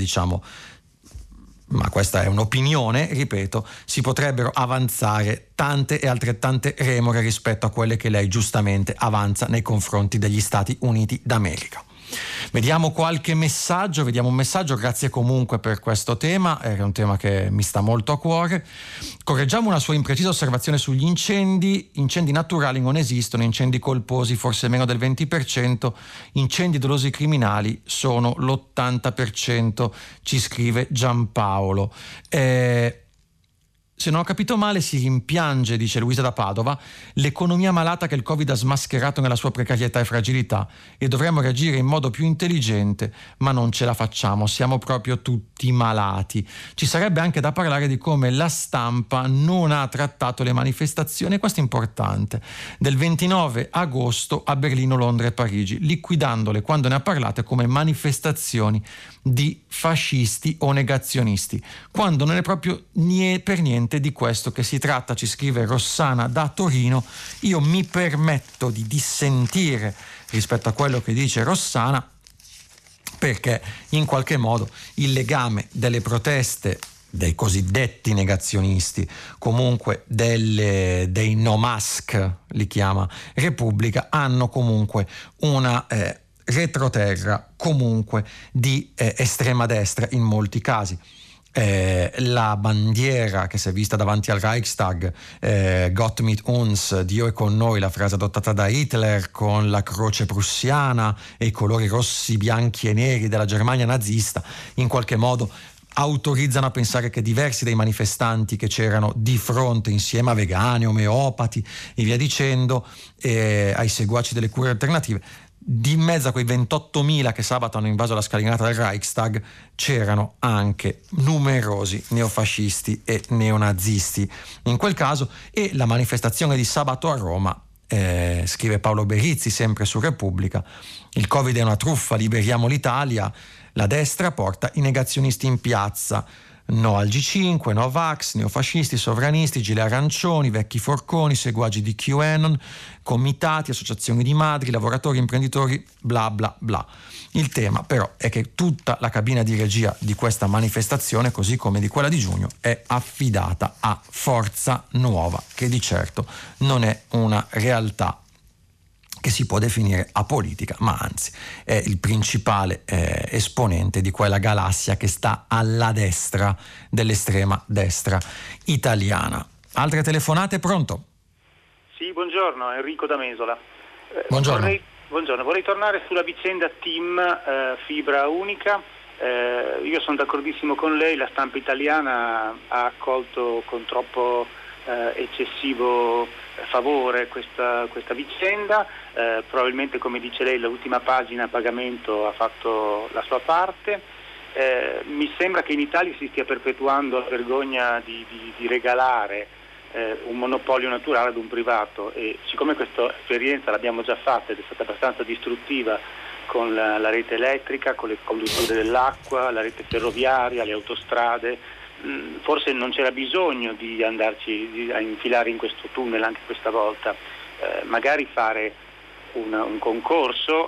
ma questa è un'opinione, ripeto, si potrebbero avanzare tante e altrettante remore rispetto a quelle che lei giustamente avanza nei confronti degli Stati Uniti d'America. Vediamo qualche messaggio, grazie comunque per questo tema, è un tema che mi sta molto a cuore. Correggiamo una sua imprecisa osservazione sugli incendi naturali non esistono, incendi colposi forse meno del 20%, incendi dolosi criminali sono l'80%, ci scrive Giampaolo. Se non ho capito male, si rimpiange, dice Luisa da Padova, l'economia malata che il Covid ha smascherato nella sua precarietà e fragilità, e dovremmo reagire in modo più intelligente, ma non ce la facciamo, siamo proprio tutti malati. Ci sarebbe anche da parlare di come la stampa non ha trattato le manifestazioni, e questo è importante, del 29 agosto a Berlino, Londra e Parigi, liquidandole quando ne ha parlate come manifestazioni di fascisti o negazionisti, quando non è proprio per niente di questo che si tratta, ci scrive Rossana da Torino. Io mi permetto di dissentire rispetto a quello che dice Rossana, perché in qualche modo il legame delle proteste dei cosiddetti negazionisti, comunque dei no mask, li chiama Repubblica, hanno comunque una retroterra comunque di estrema destra in molti casi. la bandiera che si è vista davanti al Reichstag, Gott mit uns, Dio è con noi, la frase adottata da Hitler, con la croce prussiana e i colori rossi, bianchi e neri della Germania nazista, in qualche modo autorizzano a pensare che diversi dei manifestanti che c'erano di fronte, insieme a vegani, omeopati e via dicendo, ai seguaci delle cure alternative, di mezzo a quei 28.000 che sabato hanno invaso la scalinata del Reichstag c'erano anche numerosi neofascisti e neonazisti in quel caso. E la manifestazione di sabato a Roma, scrive Paolo Berizzi sempre su Repubblica, il Covid è una truffa, liberiamo l'Italia, la destra porta i negazionisti in piazza, no al G5, no Vax, neofascisti, sovranisti, gilet arancioni, vecchi forconi, seguaci di QAnon, comitati, associazioni di madri, lavoratori, imprenditori, bla bla bla. Il tema però è che tutta la cabina di regia di questa manifestazione, così come di quella di giugno, è affidata a Forza Nuova, che di certo non è una realtà che si può definire apolitica, ma anzi è il principale esponente di quella galassia che sta alla destra dell'estrema destra italiana. Altre telefonate, pronto? Sì, buongiorno, Enrico da Mesola. Buongiorno. Vorrei tornare sulla vicenda TIM, fibra unica. Io sono d'accordissimo con lei, la stampa italiana ha accolto con troppo eccessivo favore questa vicenda, probabilmente, come dice lei, l'ultima pagina a pagamento ha fatto la sua parte. Mi sembra che in Italia si stia perpetuando la vergogna di regalare un monopolio naturale ad un privato, e siccome questa esperienza l'abbiamo già fatta ed è stata abbastanza distruttiva con la rete elettrica, con le condutture dell'acqua, la rete ferroviaria, le autostrade, forse non c'era bisogno di andarci a infilare in questo tunnel anche questa volta. Magari fare un concorso,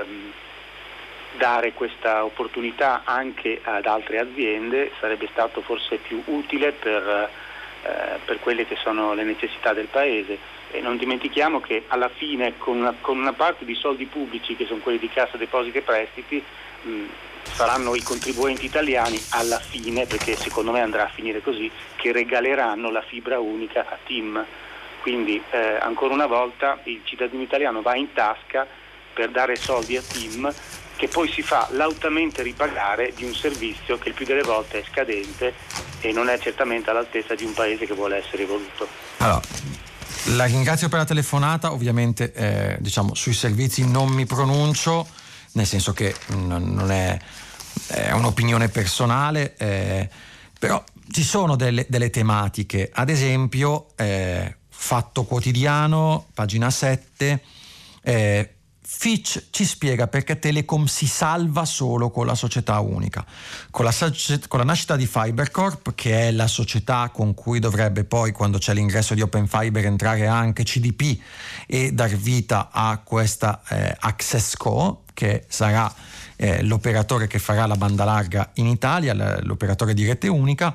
dare questa opportunità anche ad altre aziende sarebbe stato forse più utile per quelle che sono le necessità del paese. E non dimentichiamo che alla fine con una parte di soldi pubblici, che sono quelli di Cassa Depositi e Prestiti, saranno i contribuenti italiani alla fine, perché secondo me andrà a finire così, che regaleranno la fibra unica a TIM. Quindi ancora una volta il cittadino italiano va in tasca per dare soldi a TIM, che poi si fa lautamente ripagare di un servizio che il più delle volte è scadente e non è certamente all'altezza di un paese che vuole essere evoluto. Allora, la ringrazio per la telefonata. Ovviamente sui servizi non mi pronuncio, nel senso che non è un'opinione personale, però ci sono delle tematiche. Ad esempio, Fatto Quotidiano, pagina 7, Fitch ci spiega perché Telecom si salva solo con la società unica. Con la nascita di FiberCorp, che è la società con cui dovrebbe poi, quando c'è l'ingresso di Open Fiber, entrare anche CDP e dar vita a questa AccessCo, che sarà l'operatore che farà la banda larga in Italia, l'operatore di rete unica,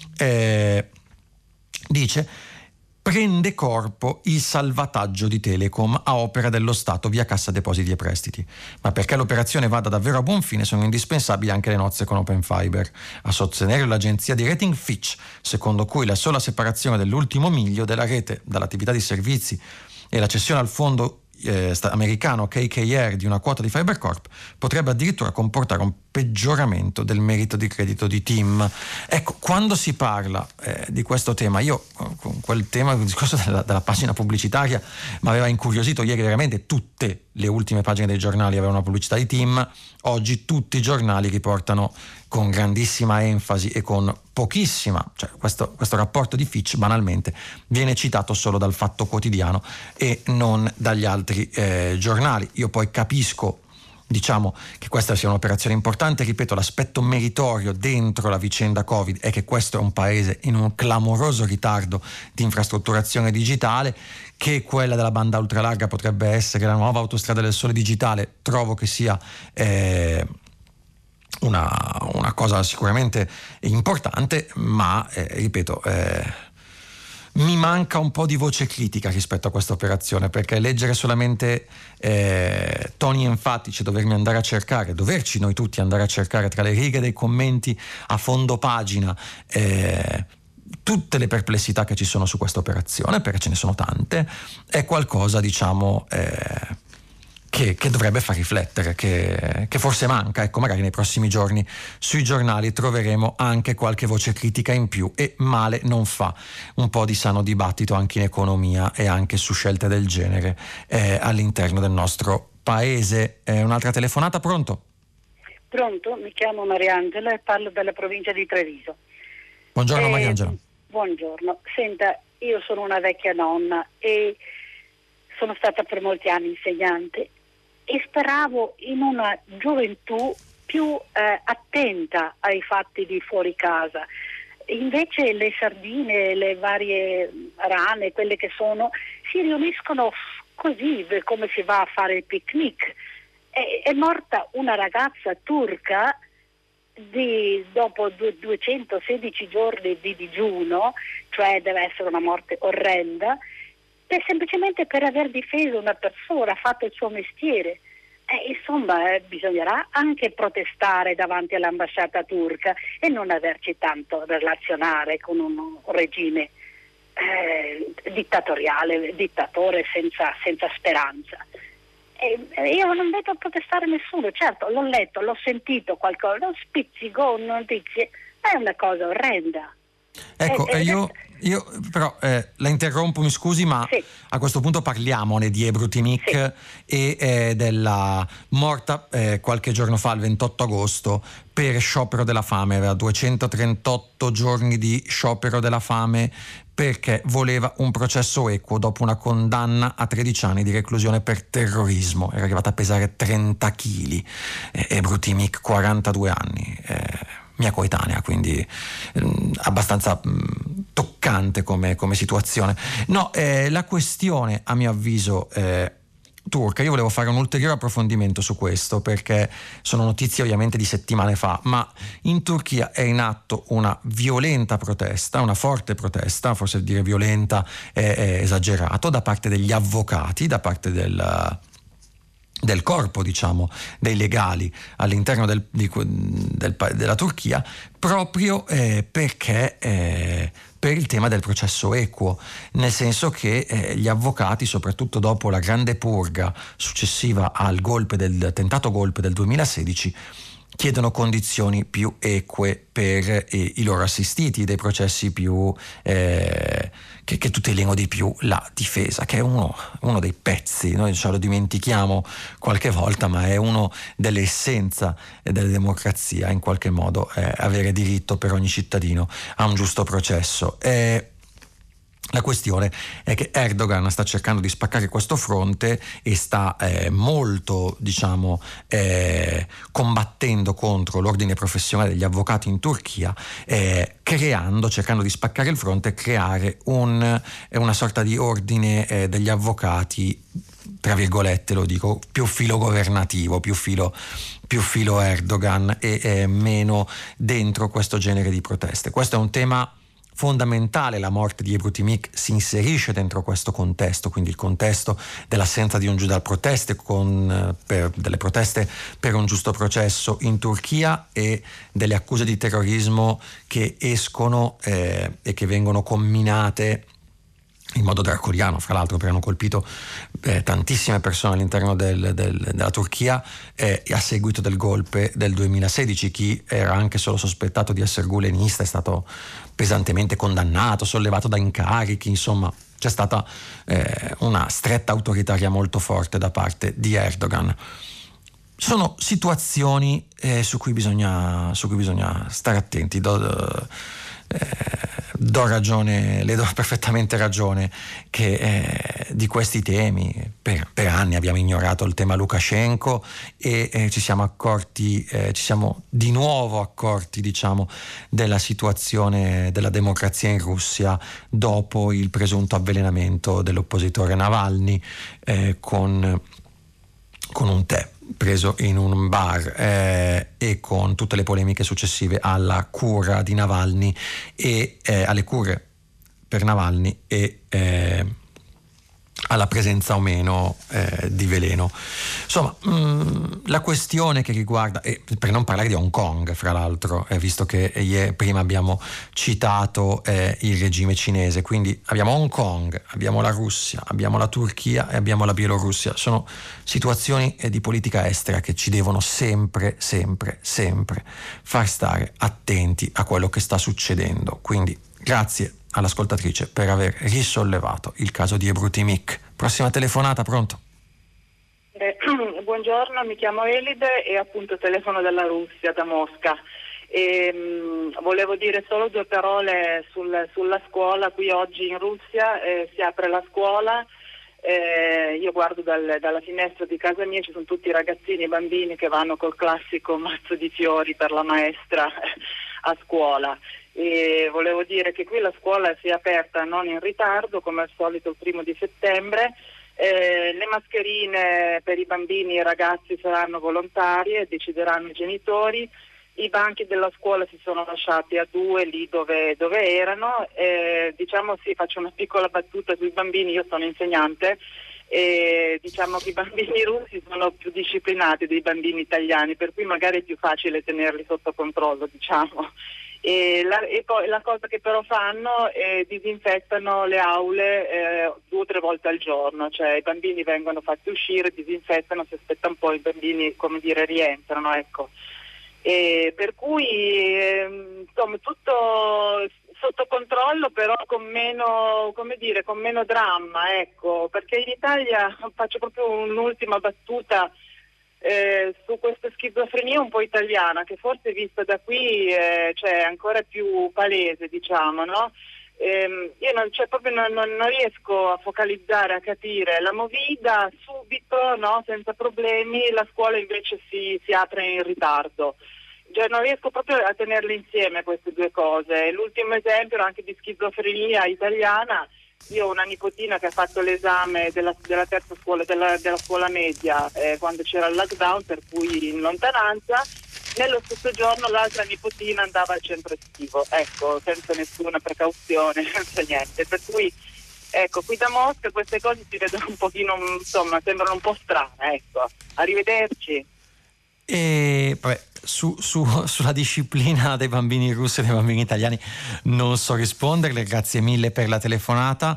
dice: prende corpo il salvataggio di Telecom a opera dello Stato via Cassa Depositi e Prestiti. Ma perché l'operazione vada davvero a buon fine sono indispensabili anche le nozze con Open Fiber, a sostenere l'agenzia di rating Fitch, secondo cui la sola separazione dell'ultimo miglio della rete dall'attività di servizi e la cessione al fondo americano KKR di una quota di FiberCorp potrebbe addirittura comportare un peggioramento del merito di credito di TIM. Ecco, quando si parla di questo tema, io con quel tema, il discorso della pagina pubblicitaria mi aveva incuriosito ieri. Veramente tutte le ultime pagine dei giornali avevano una pubblicità di TIM. Oggi tutti i giornali riportano con grandissima enfasi e con pochissima, cioè questo rapporto di Fitch banalmente viene citato solo dal Fatto Quotidiano e non dagli altri giornali. Io poi capisco, che questa sia un'operazione importante. Ripeto, l'aspetto meritorio dentro la vicenda Covid è che questo è un paese in un clamoroso ritardo di infrastrutturazione digitale, che quella della banda ultralarga potrebbe essere la nuova autostrada del sole digitale. Trovo che sia una cosa sicuramente importante, ma ripeto, mi manca un po' di voce critica rispetto a questa operazione, perché leggere solamente toni enfatici, doverci noi tutti andare a cercare tra le righe dei commenti a fondo pagina tutte le perplessità che ci sono su questa operazione, perché ce ne sono tante, è qualcosa, diciamo, che dovrebbe far riflettere, che forse manca. Ecco, magari nei prossimi giorni sui giornali troveremo anche qualche voce critica in più, e male non fa un po' di sano dibattito anche in economia e anche su scelte del genere all'interno del nostro paese. Un'altra telefonata, pronto? Pronto, mi chiamo Mariangela e parlo dalla provincia di Treviso. Buongiorno Mariangela. Buongiorno, senta, io sono una vecchia nonna e sono stata per molti anni insegnante e speravo in una gioventù più attenta ai fatti di fuori casa. Invece le sardine, le varie rane, quelle che sono, si riuniscono così come si va a fare il picnic. È morta una ragazza turca dopo 216 giorni di digiuno, cioè deve essere una morte orrenda, semplicemente per aver difeso una persona, ha fatto il suo mestiere. Insomma, bisognerà anche protestare davanti all'ambasciata turca e non averci tanto a relazionare con un regime dittatore senza speranza. Io non vedo protestare nessuno, certo, l'ho letto, l'ho sentito qualcosa, lo spizzico notizie, ma è una cosa orrenda. Ecco, io però la interrompo, mi scusi, ma sì, a questo punto parliamone di Ebru Timik, sì, e della morta qualche giorno fa, il 28 agosto, per sciopero della fame. Aveva 238 giorni di sciopero della fame perché voleva un processo equo dopo una condanna a 13 anni di reclusione per terrorismo. Era arrivata a pesare 30 kg. Ebru Timik, 42 anni. Mia coetanea, quindi abbastanza toccante come situazione. No, la questione, a mio avviso, turca, io volevo fare un ulteriore approfondimento su questo, perché sono notizie ovviamente di settimane fa, ma in Turchia è in atto una violenta protesta, una forte protesta, forse dire violenta è esagerato, da parte degli avvocati, da parte del corpo, diciamo, dei legali all'interno della Turchia, proprio perché per il tema del processo equo, nel senso che gli avvocati, soprattutto dopo la grande purga successiva al tentato golpe del 2016, chiedono condizioni più eque per i loro assistiti, dei processi più che tutelino di più la difesa, che è uno dei pezzi, noi ce lo dimentichiamo qualche volta, ma è uno delle essenze della democrazia, in qualche modo avere diritto per ogni cittadino a un giusto processo. La questione è che Erdogan sta cercando di spaccare questo fronte e sta molto, diciamo, combattendo contro l'ordine professionale degli avvocati in Turchia, cercando di spaccare il fronte e creare una sorta di ordine degli avvocati, tra virgolette lo dico, più filo governativo, più filo Erdogan e meno dentro questo genere di proteste. Questo è un tema fondamentale. La morte di Ebru Timik si inserisce dentro questo contesto, quindi il contesto dell'assenza di un giudice, delle proteste per un giusto processo in Turchia e delle accuse di terrorismo che escono e che vengono comminate in modo draconiano, fra l'altro, perché hanno colpito tantissime persone all'interno della Turchia a seguito del golpe del 2016. Chi era anche solo sospettato di essere gulenista è stato pesantemente condannato, sollevato da incarichi, insomma c'è stata una stretta autoritaria molto forte da parte di Erdogan. Sono situazioni su cui bisogna stare attenti. Le do perfettamente ragione che di questi temi per anni abbiamo ignorato il tema Lukashenko e ci siamo di nuovo accorti, diciamo, della situazione della democrazia in Russia dopo il presunto avvelenamento dell'oppositore Navalny con un tè preso in un bar e con tutte le polemiche successive alla cura di Navalny e alle cure per Navalny e alla presenza o meno di veleno. Insomma, la questione che riguarda, per non parlare di Hong Kong, fra l'altro, visto che prima abbiamo citato il regime cinese, quindi abbiamo Hong Kong, abbiamo la Russia, abbiamo la Turchia e abbiamo la Bielorussia. Sono situazioni di politica estera che ci devono sempre far stare attenti a quello che sta succedendo. Quindi grazie all'ascoltatrice per aver risollevato il caso di Ebrutimik. Prossima telefonata, pronto? Buongiorno, mi chiamo Elide e appunto telefono dalla Russia, da Mosca. Volevo dire solo due parole sulla scuola. Qui oggi in Russia si apre la scuola. Io guardo dalla finestra di casa mia, ci sono tutti i ragazzini e bambini che vanno col classico mazzo di fiori per la maestra a scuola. E volevo dire che qui la scuola si è aperta non in ritardo, come al solito il 1° di settembre. Le mascherine per i bambini e i ragazzi saranno volontarie, decideranno i genitori. I banchi della scuola si sono lasciati a 2 lì dove erano. Diciamo, sì, faccio una piccola battuta sui bambini, io sono insegnante e diciamo che i bambini russi sono più disciplinati dei bambini italiani, per cui magari è più facile tenerli sotto controllo, diciamo. E poi la cosa che però fanno è disinfettano le aule 2 o 3 volte al giorno, cioè i bambini vengono fatti uscire, disinfettano, si aspetta un po', i bambini, come dire, rientrano, ecco. E per cui insomma tutto sotto controllo, però con meno, come dire, con meno dramma, ecco, perché in Italia, faccio proprio un'ultima battuta su questa schizofrenia un po' italiana, che forse vista da qui cioè ancora più palese, diciamo, no? Io non riesco a focalizzare, a capire la movida subito, no? Senza problemi, la scuola invece si apre in ritardo. Cioè, non riesco proprio a tenerle insieme queste due cose. L'ultimo esempio anche di schizofrenia italiana. Io ho una nipotina che ha fatto l'esame della terza scuola, della scuola media quando c'era il lockdown, per cui in lontananza. Nello stesso giorno l'altra nipotina andava al centro estivo, ecco, senza nessuna precauzione, senza niente. Per cui, ecco, qui da Mosca queste cose si vedono un pochino, insomma, sembrano un po' strane, ecco. Arrivederci. E vabbè, sulla disciplina dei bambini russi e dei bambini italiani non so risponderle, grazie mille per la telefonata.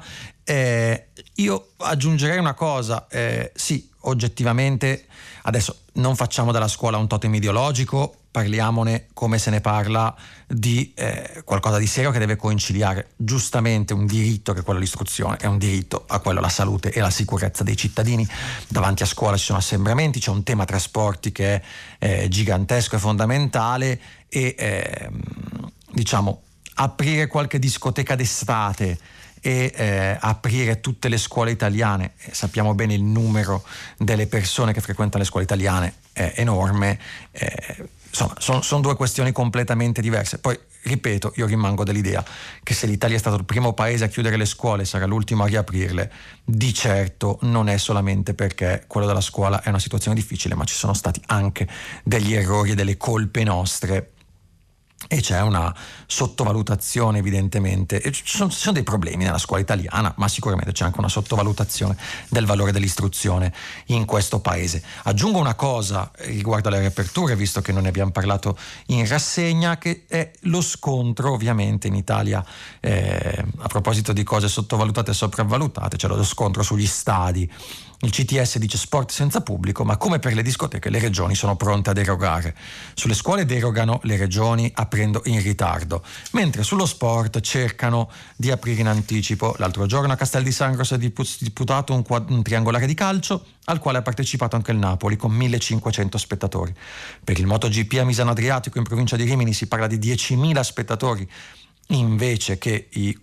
Io aggiungerei una cosa, sì, oggettivamente adesso non facciamo della scuola un totem ideologico, parliamone come se ne parla di qualcosa di serio che deve conciliare giustamente un diritto, che è quello all'istruzione, e un diritto a quello alla salute e alla sicurezza dei cittadini. Davanti a scuola ci sono assembramenti, c'è un tema trasporti che è gigantesco e fondamentale, e diciamo aprire qualche discoteca d'estate e aprire tutte le scuole italiane, sappiamo bene il numero delle persone che frequentano le scuole italiane è enorme, insomma sono due questioni completamente diverse. Poi ripeto, io rimango dell'idea che se l'Italia è stato il primo paese a chiudere le scuole, sarà l'ultimo a riaprirle, di certo non è solamente perché quello della scuola è una situazione difficile, ma ci sono stati anche degli errori e delle colpe nostre, e c'è una sottovalutazione evidentemente, e ci sono dei problemi nella scuola italiana, ma sicuramente c'è anche una sottovalutazione del valore dell'istruzione in questo paese. Aggiungo una cosa riguardo alle riaperture, visto che non ne abbiamo parlato in rassegna, che è lo scontro ovviamente in Italia, a proposito di cose sottovalutate e sopravvalutate, c'è lo scontro sugli stadi. Il CTS dice sport senza pubblico, ma come per le discoteche le regioni sono pronte a derogare. Sulle scuole derogano le regioni aprendo in ritardo, mentre sullo sport cercano di aprire in anticipo. L'altro giorno a Castel di Sangro si è disputato un triangolare di calcio al quale ha partecipato anche il Napoli con 1500 spettatori. Per il MotoGP a Misano Adriatico in provincia di Rimini si parla di 10.000 spettatori invece che i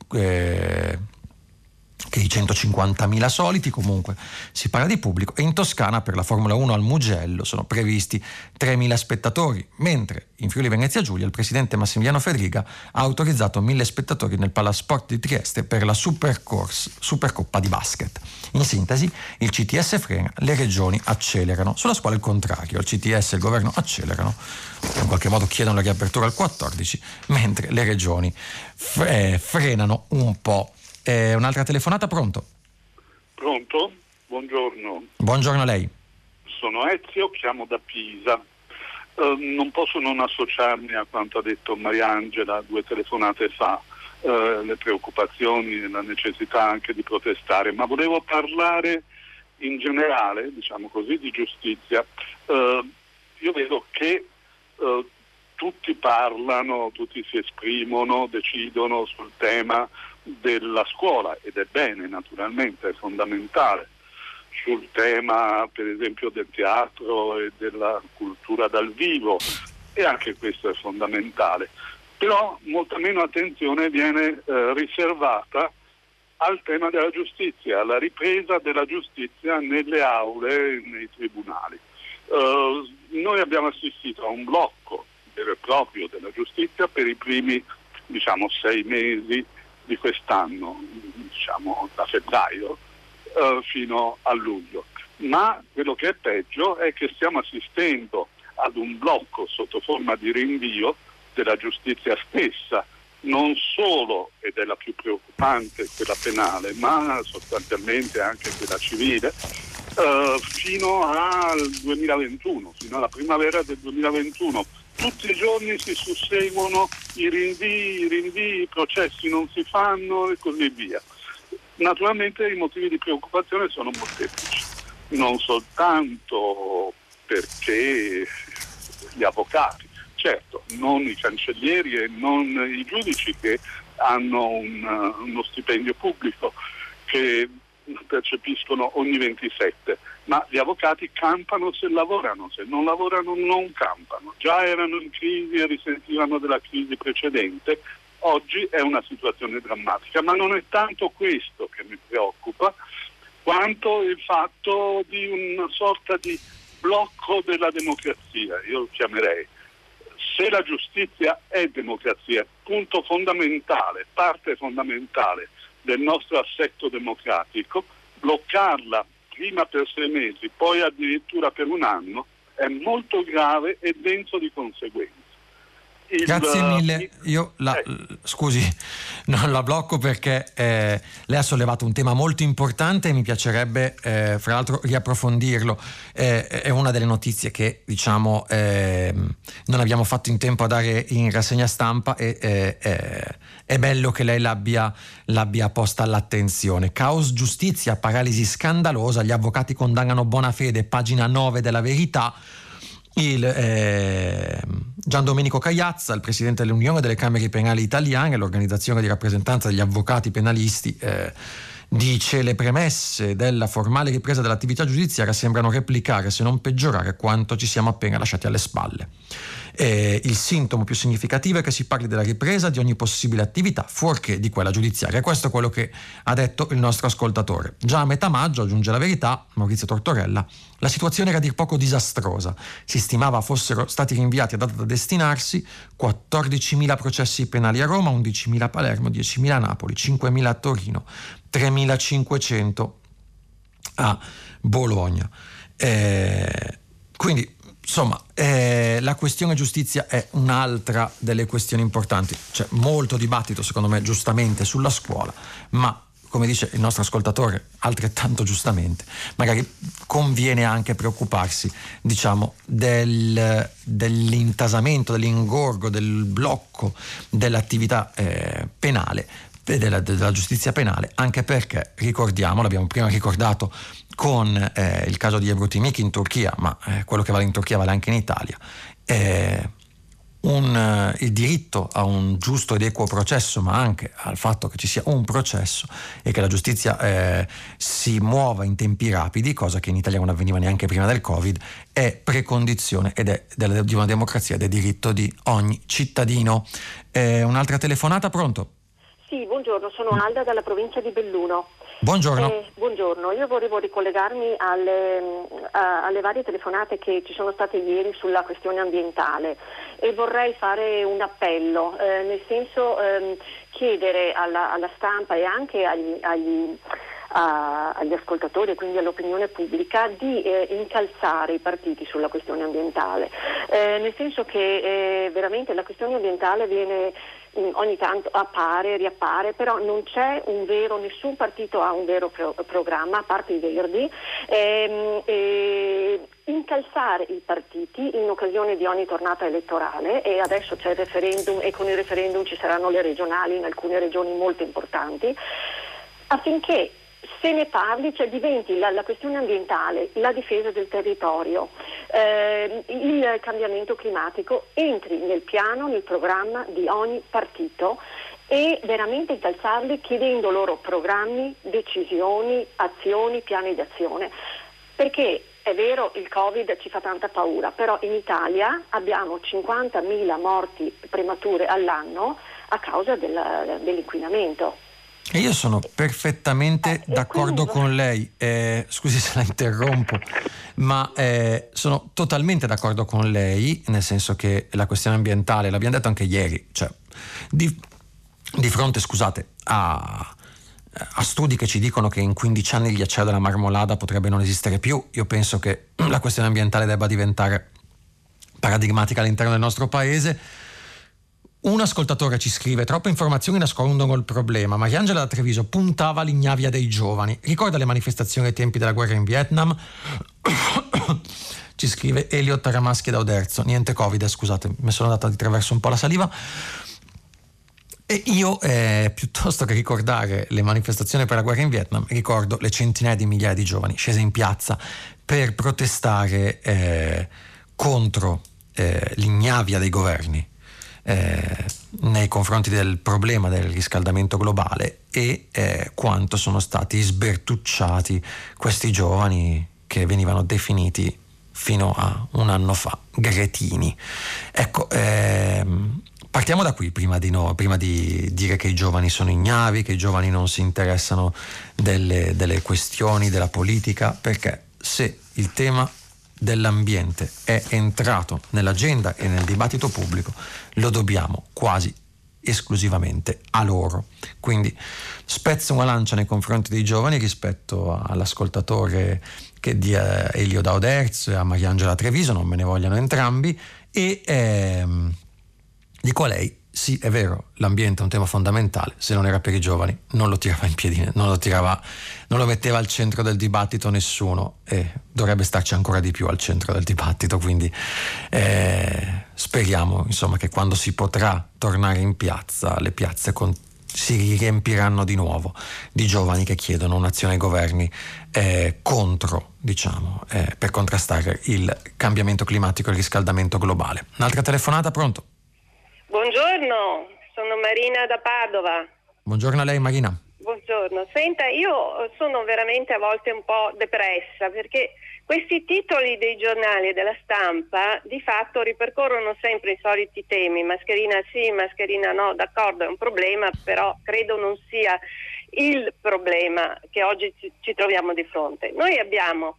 150.000 soliti. Comunque si parla di pubblico. E in Toscana per la Formula 1 al Mugello sono previsti 3.000 spettatori, mentre in Friuli Venezia Giulia il presidente Massimiliano Fedriga ha autorizzato 1.000 spettatori nel Palasport di Trieste per la Supercoppa di basket. In sintesi, il CTS frena, le regioni accelerano. Sulla scuola il contrario, il CTS e il governo accelerano, in qualche modo chiedono la riapertura al 14, mentre le regioni frenano un po' Un'altra telefonata, pronto? Pronto? Buongiorno. Buongiorno a lei. Sono Ezio, chiamo da Pisa. Non posso non associarmi a quanto ha detto Mariangela 2 telefonate fa, le preoccupazioni e la necessità anche di protestare, ma volevo parlare in generale, diciamo così, di giustizia. Io vedo che tutti parlano, tutti si esprimono, decidono sul tema della scuola, ed è bene, naturalmente, è fondamentale. Sul tema, per esempio, del teatro e della cultura dal vivo, e anche questo è fondamentale. Però molta meno attenzione viene riservata al tema della giustizia, alla ripresa della giustizia nelle aule, nei tribunali. Noi abbiamo assistito a un blocco vero e proprio della giustizia per i primi, 6 mesi di quest'anno, da febbraio fino a luglio. Ma quello che è peggio è che stiamo assistendo ad un blocco sotto forma di rinvio della giustizia stessa, non solo, ed è la più preoccupante, quella penale, ma sostanzialmente anche quella civile, fino al 2021, fino alla primavera del 2021. Tutti i giorni si susseguono i rinvii, i processi non si fanno e così via. Naturalmente i motivi di preoccupazione sono molteplici, non soltanto perché gli avvocati, certo, non i cancellieri e non i giudici che hanno uno stipendio pubblico che percepiscono ogni 27, ma gli avvocati campano se lavorano, se non lavorano non campano. Già erano in crisi e risentivano della crisi precedente, oggi è una situazione drammatica, ma non è tanto questo che mi preoccupa, quanto il fatto di una sorta di blocco della democrazia, io lo chiamerei. Se la giustizia è democrazia, punto fondamentale, parte fondamentale del nostro assetto democratico, bloccarla prima per 6 mesi, poi addirittura per 1 anno, è molto grave e denso di conseguenze. Grazie mille. Io scusi, non la blocco perché lei ha sollevato un tema molto importante e mi piacerebbe fra l'altro riapprofondirlo. È una delle notizie che non abbiamo fatto in tempo a dare in rassegna stampa e è bello che lei l'abbia posta all'attenzione. Caos giustizia, paralisi scandalosa, gli avvocati condannano Bonafede, pagina 9 della Verità. Gian Domenico Cagliazza, il presidente dell'Unione delle Camere Penali Italiane, l'organizzazione di rappresentanza degli avvocati penalisti, dice: le premesse della formale ripresa dell'attività giudiziaria sembrano replicare, se non peggiorare, quanto ci siamo appena lasciati alle spalle. Il sintomo più significativo è che si parli della ripresa di ogni possibile attività fuorché di quella giudiziaria. Questo è quello che ha detto il nostro ascoltatore. Già a metà maggio, aggiunge La Verità, Maurizio Tortorella, la situazione era a dir poco disastrosa. Si stimava fossero stati rinviati a data da destinarsi 14.000 processi penali a Roma, 11.000 a Palermo, 10.000 a Napoli, 5.000 a Torino, 3.500 a Bologna. Quindi insomma, la questione giustizia è un'altra delle questioni importanti. C'è molto dibattito, secondo me, giustamente, sulla scuola, ma come dice il nostro ascoltatore, altrettanto giustamente, magari conviene anche preoccuparsi, dell'intasamento, dell'ingorgo, del blocco dell'attività penale, della giustizia penale, anche perché, ricordiamo, l'abbiamo prima ricordato con il caso di Ebru Timiki in Turchia, ma quello che vale in Turchia vale anche in Italia. Il diritto a un giusto ed equo processo, ma anche al fatto che ci sia un processo e che la giustizia si muova in tempi rapidi, cosa che in Italia non avveniva neanche prima del Covid, è precondizione ed è di una democrazia ed è diritto di ogni cittadino. Un'altra telefonata, pronto? Sì, buongiorno, sono Alda dalla provincia di Belluno. Buongiorno. Buongiorno, io volevo ricollegarmi alle varie telefonate che ci sono state ieri sulla questione ambientale e vorrei fare un appello, nel senso chiedere alla stampa e anche agli ascoltatori e quindi all'opinione pubblica di incalzare i partiti sulla questione ambientale, nel senso che veramente la questione ambientale viene ogni tanto appare, riappare, però non c'è nessun partito ha un vero programma, a parte i Verdi. Incalzare i partiti in occasione di ogni tornata elettorale, e adesso c'è il referendum e con il referendum ci saranno le regionali in alcune regioni molto importanti, affinché se ne parli, cioè diventi la questione ambientale, la difesa del territorio, il cambiamento climatico entri nel piano, nel programma di ogni partito, e veramente incalzarli chiedendo loro programmi, decisioni, azioni, piani d'azione, perché è vero, il Covid ci fa tanta paura, però in Italia abbiamo 50.000 morti premature all'anno a causa dell'inquinamento. E io sono perfettamente d'accordo con lei, scusi se la interrompo, ma sono totalmente d'accordo con lei, nel senso che la questione ambientale, l'abbiamo detto anche ieri, cioè di fronte, scusate, a studi che ci dicono che in 15 anni il ghiacciaio della Marmolada potrebbe non esistere più, io penso che la questione ambientale debba diventare paradigmatica all'interno del nostro paese. Un ascoltatore ci scrive: troppe informazioni nascondono il problema. Mariangela da Treviso puntava all'ignavia dei giovani. Ricorda le manifestazioni ai tempi della guerra in Vietnam? Ci scrive Elio Taramaschi da Oderzo. Niente Covid, scusate, mi sono andata di traverso un po' la saliva. E io, piuttosto che ricordare le manifestazioni per la guerra in Vietnam, ricordo le centinaia di migliaia di giovani scese in piazza per protestare contro l'ignavia dei governi nei confronti del problema del riscaldamento globale, e quanto sono stati sbertucciati questi giovani che venivano definiti fino a un anno fa gretini. Ecco, partiamo da qui prima di dire che i giovani sono ignavi, che i giovani non si interessano delle questioni della politica, perché se il tema dell'ambiente è entrato nell'agenda e nel dibattito pubblico, lo dobbiamo quasi esclusivamente a loro. Quindi spezzo una lancia nei confronti dei giovani rispetto all'ascoltatore che di Elio da Oderzo e a Mariangela Treviso, non me ne vogliano entrambi, e dico a lei: sì, è vero, l'ambiente è un tema fondamentale, se non era per i giovani non lo tirava in piedi, non lo metteva al centro del dibattito nessuno, e dovrebbe starci ancora di più al centro del dibattito. Quindi speriamo, insomma, che quando si potrà tornare in piazza, le piazze si riempiranno di nuovo di giovani che chiedono un'azione ai governi contro, per contrastare il cambiamento climatico e il riscaldamento globale. Un'altra telefonata, pronto? Buongiorno, sono Marina da Padova. Buongiorno a lei, Marina. Buongiorno. Senta, io sono veramente a volte un po' depressa, perché questi titoli dei giornali e della stampa di fatto ripercorrono sempre i soliti temi: mascherina sì, mascherina no. D'accordo, è un problema, però credo non sia il problema che oggi ci troviamo di fronte. Noi abbiamo,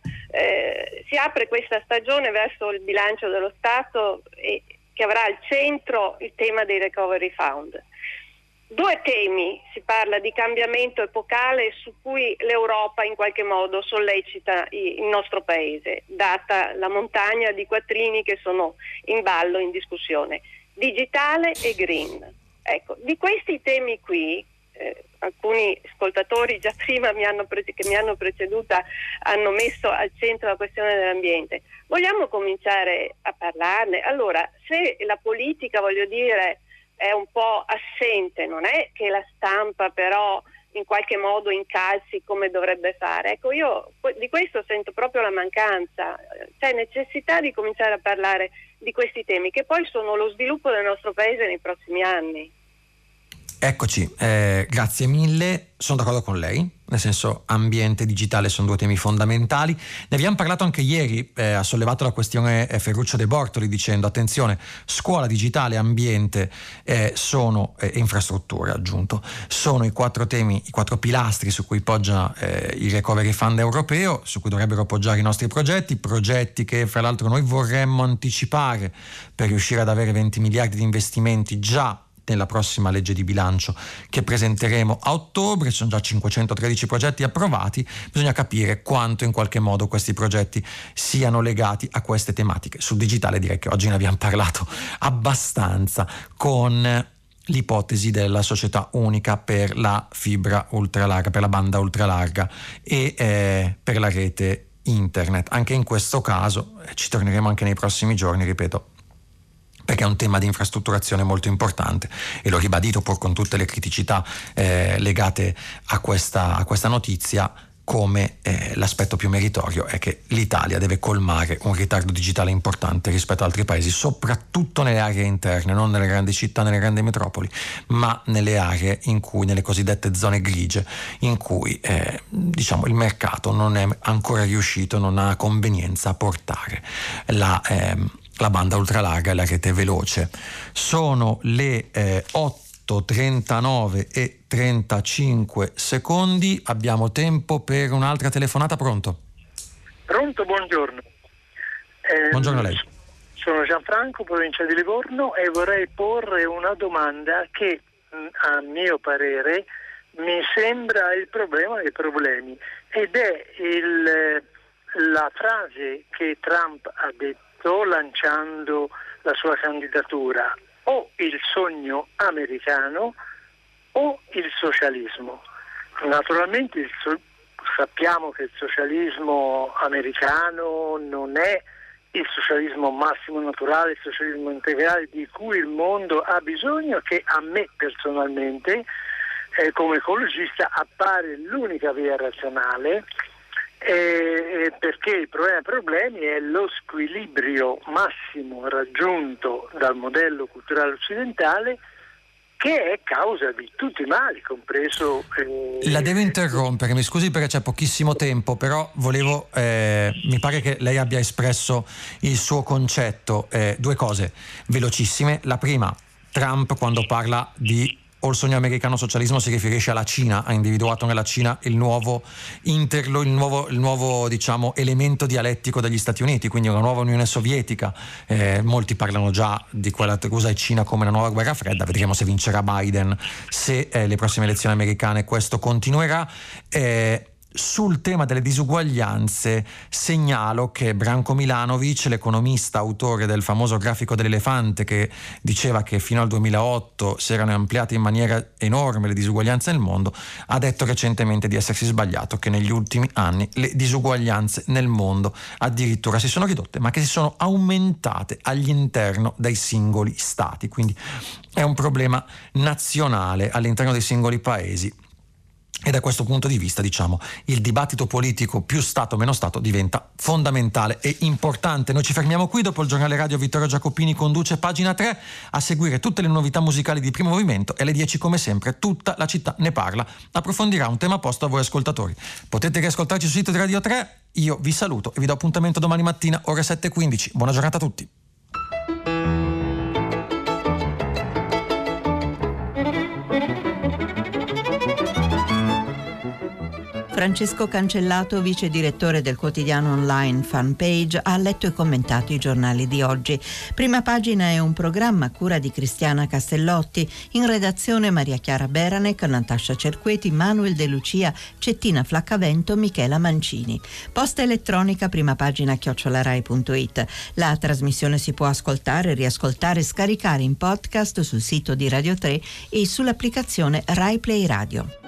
si apre questa stagione verso il bilancio dello Stato che avrà al centro il tema dei recovery fund. Due temi, si parla di cambiamento epocale su cui l'Europa in qualche modo sollecita il nostro paese, data la montagna di quattrini che sono in ballo, in discussione: digitale e green. Ecco, di questi temi qui, alcuni ascoltatori già prima che mi hanno preceduta hanno messo al centro la questione dell'ambiente. Vogliamo cominciare a parlarne? Allora, se la politica, voglio dire, è un po' assente, non è che la stampa però in qualche modo incalzi come dovrebbe fare. Ecco, io di questo sento proprio la mancanza, c'è necessità di cominciare a parlare di questi temi, che poi sono lo sviluppo del nostro paese nei prossimi anni. Eccoci, grazie mille, sono d'accordo con lei, nel senso ambiente e digitale sono due temi fondamentali. Ne abbiamo parlato anche ieri, ha sollevato la questione Ferruccio De Bortoli dicendo: attenzione, scuola, digitale, ambiente sono infrastrutture, aggiunto, sono i quattro temi, i quattro pilastri su cui poggia il Recovery Fund europeo, su cui dovrebbero poggiare i nostri progetti che fra l'altro noi vorremmo anticipare per riuscire ad avere 20 miliardi di investimenti già nella prossima legge di bilancio che presenteremo a ottobre. Ci sono già 513 progetti approvati, bisogna capire quanto in qualche modo questi progetti siano legati a queste tematiche. Sul digitale direi che oggi ne abbiamo parlato abbastanza con l'ipotesi della società unica per la fibra ultralarga, per la banda ultralarga e per la rete internet. Anche in questo caso ci torneremo anche nei prossimi giorni, ripeto, perché è un tema di infrastrutturazione molto importante, e l'ho ribadito pur con tutte le criticità legate a questa notizia, come l'aspetto più meritorio è che l'Italia deve colmare un ritardo digitale importante rispetto ad altri paesi, soprattutto nelle aree interne, non nelle grandi città, nelle grandi metropoli, ma nelle aree in cui, nelle cosiddette zone grigie, in cui diciamo il mercato non è ancora riuscito, non ha convenienza a portare la banda ultralarga e la rete veloce. Sono le 8:39 e 35 secondi. Abbiamo tempo per un'altra telefonata. Pronto? Pronto, buongiorno. Buongiorno a lei. Sono Gianfranco, provincia di Livorno, e vorrei porre una domanda che a mio parere mi sembra il problema dei problemi, ed è la frase che Trump ha detto lanciando la sua candidatura: o il sogno americano o il socialismo. Naturalmente sappiamo che il socialismo americano non è il socialismo massimo naturale, il socialismo integrale di cui il mondo ha bisogno, che a me personalmente come ecologista appare l'unica via razionale, perché il problema dei problemi è lo squilibrio massimo raggiunto dal modello culturale occidentale, che è causa di tutti i mali, compreso... La devo interrompere, mi scusi perché c'è pochissimo tempo, però volevo, mi pare che lei abbia espresso il suo concetto. Due cose velocissime. La prima, Trump quando parla di o il sogno americano socialismo si riferisce alla Cina, ha individuato nella Cina il nuovo diciamo elemento dialettico degli Stati Uniti, quindi una nuova Unione Sovietica. Molti parlano già di quella USA e Cina come una nuova guerra fredda. Vedremo se vincerà Biden, se le prossime elezioni americane questo continuerà. Sul tema delle disuguaglianze segnalo che Branko Milanovic, l'economista autore del famoso grafico dell'elefante che diceva che fino al 2008 si erano ampliate in maniera enorme le disuguaglianze nel mondo, ha detto recentemente di essersi sbagliato, che negli ultimi anni le disuguaglianze nel mondo addirittura si sono ridotte, ma che si sono aumentate all'interno dei singoli stati. Quindi è un problema nazionale all'interno dei singoli paesi. E da questo punto di vista, diciamo, il dibattito politico più Stato meno Stato diventa fondamentale e importante. Noi ci fermiamo qui. Dopo il giornale radio Vittorio Giacopini conduce Pagina 3, a seguire tutte le novità musicali di Primo Movimento, e alle 10 come sempre Tutta la città ne parla. Approfondirà un tema posto a voi ascoltatori. Potete riascoltarci sul sito di Radio 3. Io vi saluto e vi do appuntamento domani mattina ore 7:15. Buona giornata a tutti. Francesco Cancellato, vice direttore del quotidiano online Fanpage, ha letto e commentato i giornali di oggi. Prima Pagina è un programma a cura di Cristiana Castellotti, in redazione Maria Chiara Beranec, Natascia Cerqueti, Manuel De Lucia, Cettina Flaccavento, Michela Mancini. Posta elettronica primapagina@rai.it. La trasmissione si può ascoltare, riascoltare e scaricare in podcast sul sito di Radio 3 e sull'applicazione Rai Play Radio.